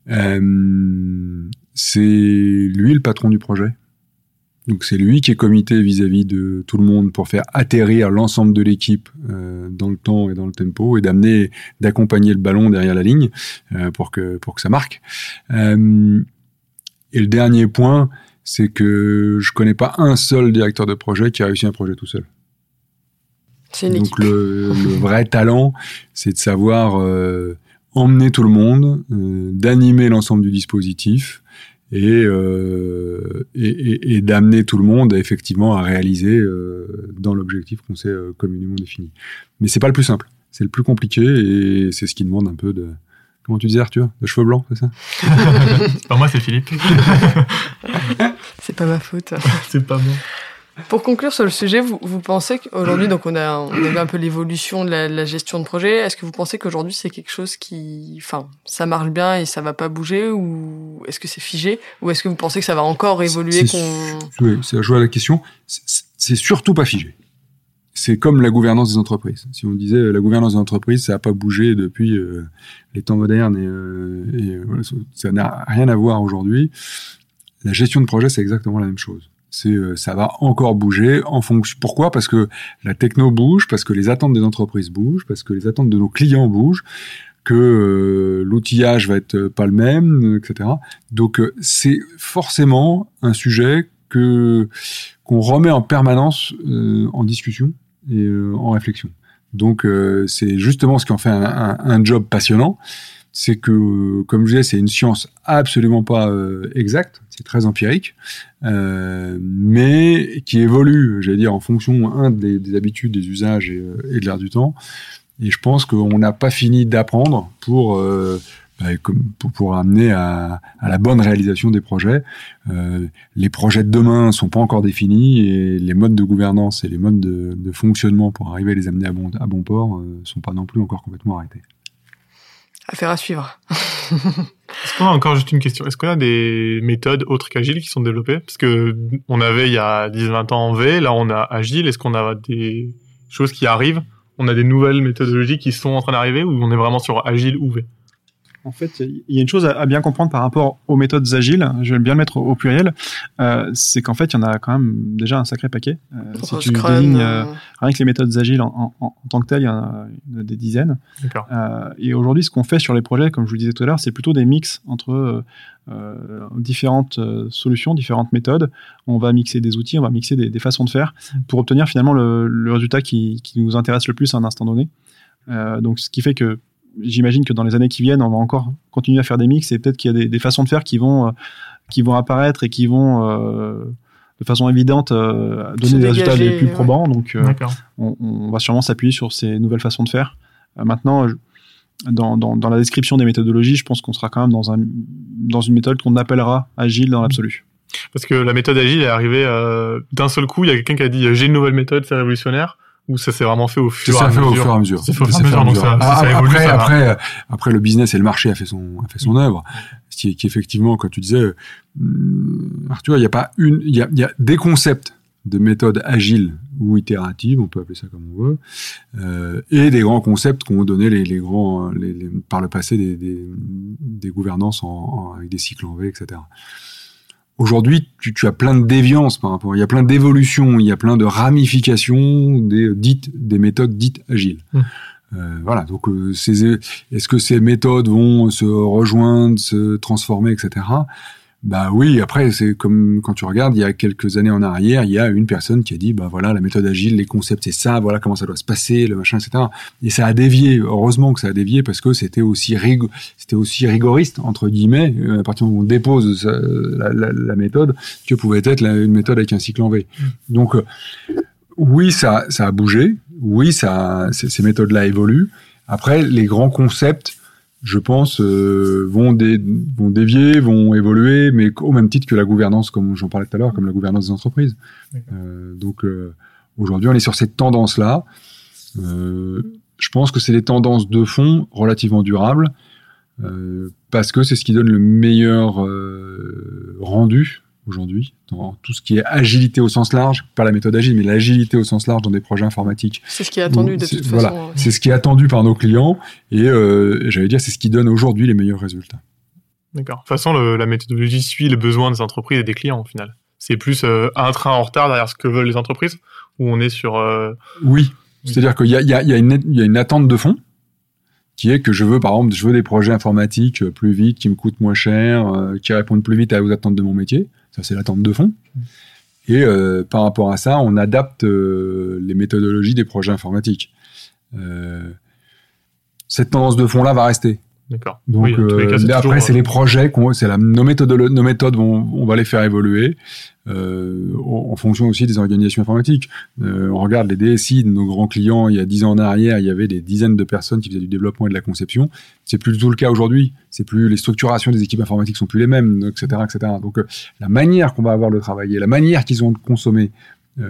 euh, c'est lui le patron du projet. Donc c'est lui qui est comité vis-à-vis de tout le monde pour faire atterrir l'ensemble de l'équipe euh, dans le temps et dans le tempo et d'amener, d'accompagner le ballon derrière la ligne euh, pour que pour que ça marque. Euh, et le dernier point, c'est que je connais pas un seul directeur de projet qui a réussi un projet tout seul. C'est une Donc équipe. le, le vrai talent, c'est de savoir euh, emmener tout le monde, euh, d'animer l'ensemble du dispositif et, euh, et, et, et d'amener tout le monde à, effectivement à réaliser euh, dans l'objectif qu'on s'est euh, communément défini. Mais c'est pas le plus simple, c'est le plus compliqué et c'est ce qui demande un peu de... Comment tu disais, Arthur ? De cheveux blancs, c'est ça ? C'est pas moi, c'est Philippe. C'est pas ma faute. C'est pas moi. Pour conclure sur le sujet, vous, vous pensez qu'aujourd'hui, donc on a, on a vu un peu l'évolution de la, de la gestion de projet. Est-ce que vous pensez qu'aujourd'hui c'est quelque chose qui, enfin, ça marche bien et ça va pas bouger, ou est-ce que c'est figé, ou est-ce que vous pensez que ça va encore évoluer, c'est, qu'on... Oui, c'est à jouer à la question. C'est, c'est surtout pas figé. C'est comme la gouvernance des entreprises. Si on disait euh, la gouvernance des entreprises, ça n'a pas bougé depuis euh, les temps modernes et, euh, et voilà, ça n'a rien à voir aujourd'hui. La gestion de projet, c'est exactement la même chose. C'est, euh, ça va encore bouger en fonction. Pourquoi ? Parce que la techno bouge, parce que les attentes des entreprises bougent, parce que les attentes de nos clients bougent, que euh, l'outillage va être pas le même, et cetera. Donc euh, c'est forcément un sujet que qu'on remet en permanence euh, en discussion et euh, en réflexion. Donc euh, c'est justement ce qui en fait un, un, un job passionnant. C'est que, comme je disais, c'est une science absolument pas euh, exacte, c'est très empirique, euh, mais qui évolue, j'allais dire, en fonction un, des, des habitudes, des usages et, et de l'air du temps. Et je pense qu'on n'a pas fini d'apprendre pour, euh, bah, comme pour, pour amener à, à la bonne réalisation des projets. Euh, les projets de demain sont pas encore définis et les modes de gouvernance et les modes de, de fonctionnement pour arriver à les amener à bon, à bon port euh, sont pas non plus encore complètement arrêtés. Affaire à suivre. Est-ce qu'on a encore juste une question? Est-ce qu'on a des méthodes autres qu'Agile qui sont développées? Parce que on avait il y a dix vingt ans en V, là on a Agile. Est-ce qu'on a des choses qui arrivent? On a des nouvelles méthodologies qui sont en train d'arriver ou on est vraiment sur Agile ou V? En fait, il y a une chose à bien comprendre par rapport aux méthodes agiles, je vais bien le mettre au pluriel, euh, c'est qu'en fait, il y en a quand même déjà un sacré paquet. Euh, si tu Scrum, désignes euh... euh, rien que les méthodes agiles en, en, en tant que telles, il y en a, il y en a des dizaines. D'accord. Euh, et aujourd'hui, ce qu'on fait sur les projets, comme je vous le disais tout à l'heure, c'est plutôt des mix entre euh, euh, différentes euh, solutions, différentes méthodes. On va mixer des outils, on va mixer des, des façons de faire pour obtenir finalement le, le résultat qui, qui nous intéresse le plus à un instant donné. Euh, donc, ce qui fait que j'imagine que dans les années qui viennent, on va encore continuer à faire des mix et peut-être qu'il y a des, des façons de faire qui vont, euh, qui vont apparaître et qui vont, euh, de façon évidente, euh, donner des résultats les plus probants. Ouais. Donc, euh, on, on va sûrement s'appuyer sur ces nouvelles façons de faire. Euh, maintenant, je, dans, dans, dans la description des méthodologies, je pense qu'on sera quand même dans, un, dans une méthode qu'on appellera agile dans l'absolu. Parce que la méthode agile est arrivée euh, d'un seul coup. Il y a quelqu'un qui a dit « j'ai une nouvelle méthode, c'est révolutionnaire ». Ou ça s'est vraiment fait au fur et à mesure? Ça fait au fur et à mesure. Ça fait au fur et à mesure, donc ça, ah, ça évolue. Après, ça après, euh, après, le business et le marché a fait son, a fait son œuvre. Qui, qui effectivement, quand tu disais, euh, Arthur, il y a pas une, il y a, il y a des concepts de méthodes agiles ou itératives, on peut appeler ça comme on veut, euh, et des grands concepts qu'ont donné les, les grands, les, les, par le passé des, des, des gouvernances en, en, avec des cycles en V, et cetera. Aujourd'hui, tu, tu as plein de déviances par rapport, il y a plein d'évolutions, il y a plein de ramifications des dites, des méthodes dites agiles. Mmh. Euh, voilà. Donc, euh, ces, est-ce que ces méthodes vont se rejoindre, se transformer, et cetera. Bah oui. Après, c'est comme quand tu regardes, il y a quelques années en arrière, il y a une personne qui a dit, bah voilà, la méthode agile, les concepts, c'est ça. Voilà comment ça doit se passer, le machin, et cetera. Et ça a dévié. Heureusement que ça a dévié parce que c'était aussi rig- c'était aussi rigoriste entre guillemets à partir du moment où on dépose ça, la, la, la méthode que pouvait être la, une méthode avec un cycle en V. Donc euh, oui, ça ça a bougé. Oui, ça ces, ces méthodes-là évoluent. Après, les grands concepts, je pense, euh, vont, dé, vont dévier, vont évoluer, mais au même titre que la gouvernance, comme j'en parlais tout à l'heure, comme la gouvernance des entreprises. Euh, donc, euh, aujourd'hui, on est sur cette tendance-là. Euh, je pense que c'est des tendances de fond relativement durables, euh, parce que c'est ce qui donne le meilleur euh, rendu aujourd'hui, dans tout ce qui est agilité au sens large, pas la méthode agile, mais l'agilité au sens large dans des projets informatiques. C'est ce qui est attendu de toute voilà, façon. C'est ce qui est attendu par nos clients et euh, j'allais dire c'est ce qui donne aujourd'hui les meilleurs résultats. D'accord. De toute façon, le, la méthodologie suit les besoins des entreprises et des clients au final. C'est plus euh, un train en retard derrière ce que veulent les entreprises ou on est sur... Euh... Oui, c'est-à-dire qu'il y a, il y, a, il y, a une, il y a une attente de fond qui est que je veux, par exemple, je veux des projets informatiques plus vite, qui me coûtent moins cher, euh, qui répondent plus vite aux attentes de mon métier. Ça, c'est l'attente de fond. Et euh, par rapport à ça, on adapte euh, les méthodologies des projets informatiques. Euh, cette tendance de fond-là va rester. D'accord. Donc, oui, euh, cas, c'est après, toujours... c'est les projets, qu'on, c'est la, nos méthodes, nos méthodes vont, on va les faire évoluer euh, en, en fonction aussi des organisations informatiques. Euh, on regarde les D S I de nos grands clients. Il y a dix ans en arrière, il y avait des dizaines de personnes qui faisaient du développement et de la conception. C'est plus du tout le cas aujourd'hui. C'est plus les structurations des équipes informatiques sont plus les mêmes, et cetera, et cetera. Donc, euh, la manière qu'on va avoir de travailler, la manière qu'ils ont de consommer euh,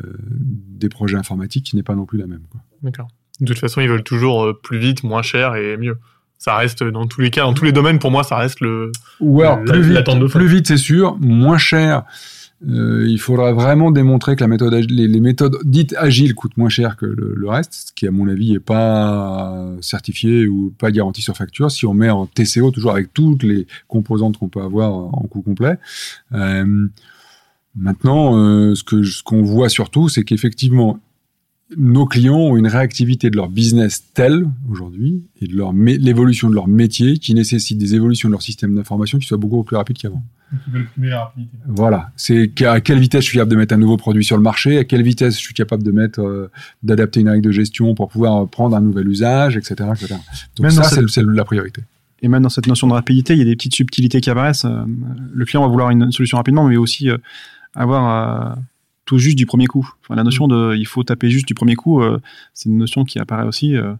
des projets informatiques n'est pas non plus la même, quoi. D'accord. De toute façon, ils veulent toujours plus vite, moins cher et mieux. Ça reste, dans tous les cas, dans tous les domaines, pour moi, ça reste le... Ou alors, plus vite, plus vite, c'est sûr, moins cher. Euh, il faudra vraiment démontrer que la méthode, les, les méthodes dites agiles coûtent moins cher que le, le reste, ce qui, à mon avis, est pas certifié ou pas garanti sur facture. Si on met en T C O, toujours avec toutes les composantes qu'on peut avoir en coût complet. Euh, maintenant, euh, ce que, ce qu'on voit surtout, c'est qu'effectivement, nos clients ont une réactivité de leur business telle, aujourd'hui, et de leur mé- l'évolution de leur métier qui nécessite des évolutions de leur système d'information qui soient beaucoup plus rapides qu'avant. Donc, ils veulent plus de rapidité. Voilà. C'est à quelle vitesse je suis capable de mettre un nouveau produit sur le marché, à quelle vitesse je suis capable de mettre, euh, d'adapter une règle de gestion pour pouvoir prendre un nouvel usage, et cetera, et cetera. Donc même ça, c'est, cette... c'est la priorité. Et même dans cette notion de rapidité, il y a des petites subtilités qui apparaissent. Le client va vouloir une solution rapidement, mais aussi euh, avoir... Euh, tout juste du premier coup. Enfin, la notion de il faut taper juste du premier coup, euh, c'est une notion qui apparaît aussi. Euh,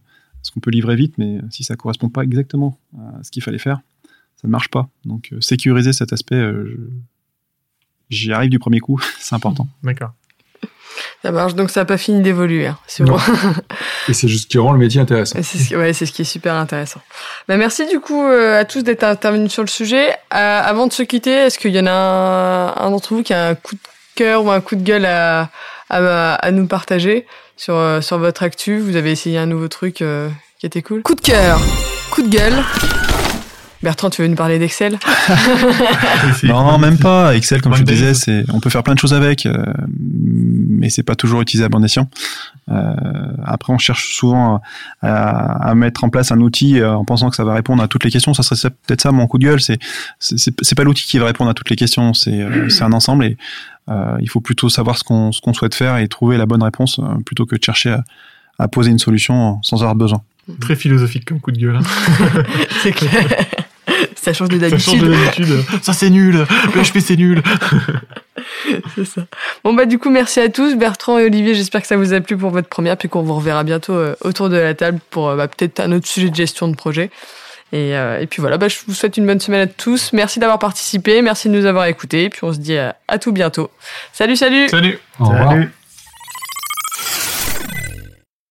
Parce qu'on peut livrer vite, mais si ça correspond pas exactement à ce qu'il fallait faire, ça ne marche pas. Donc, euh, sécuriser cet aspect, euh, je... j'y arrive du premier coup, c'est important. D'accord. Ça marche, donc ça n'a pas fini d'évoluer. Hein, c'est bon. Et c'est juste ce qui rend le métier intéressant. C'est ce qui, ouais, c'est ce qui est super intéressant. Bah, merci du coup euh, à tous d'être intervenus sur le sujet. Euh, avant de se quitter, est-ce qu'il y en a un, un d'entre vous qui a un coup de cœur ou un coup de gueule à, à, à nous partager sur, euh, sur votre actu? Vous avez essayé un nouveau truc euh, qui était cool? Coup de cœur, coup de gueule. Bertrand, tu veux nous parler d'Excel? Non, même pas. Excel, comme je te disais, c'est, on peut faire plein de choses avec, euh, mais c'est pas toujours utilisé à bon escient. Euh, après, on cherche souvent à, à mettre en place un outil euh, en pensant que ça va répondre à toutes les questions. Ça serait peut-être ça mon coup de gueule. C'est, c'est, c'est pas l'outil qui va répondre à toutes les questions. C'est, euh, c'est un ensemble et euh, il faut plutôt savoir ce qu'on, ce qu'on souhaite faire et trouver la bonne réponse euh, plutôt que de chercher à, à poser une solution sans avoir besoin. Très philosophique comme coup de gueule. Hein. C'est clair. Ça change de d'habitude. Ça change de d'habitude. Ça c'est nul. P H P c'est nul. C'est ça. Bon bah du coup merci à tous, Bertrand et Olivier. J'espère que ça vous a plu pour votre première, puis qu'on vous reverra bientôt euh, autour de la table pour euh, bah, peut-être un autre sujet de gestion de projet. Et, euh, et puis voilà, bah, je vous souhaite une bonne semaine à tous. Merci d'avoir participé, merci de nous avoir écoutés. Et puis on se dit à, à tout bientôt. Salut, salut. Salut. Au revoir. Salut.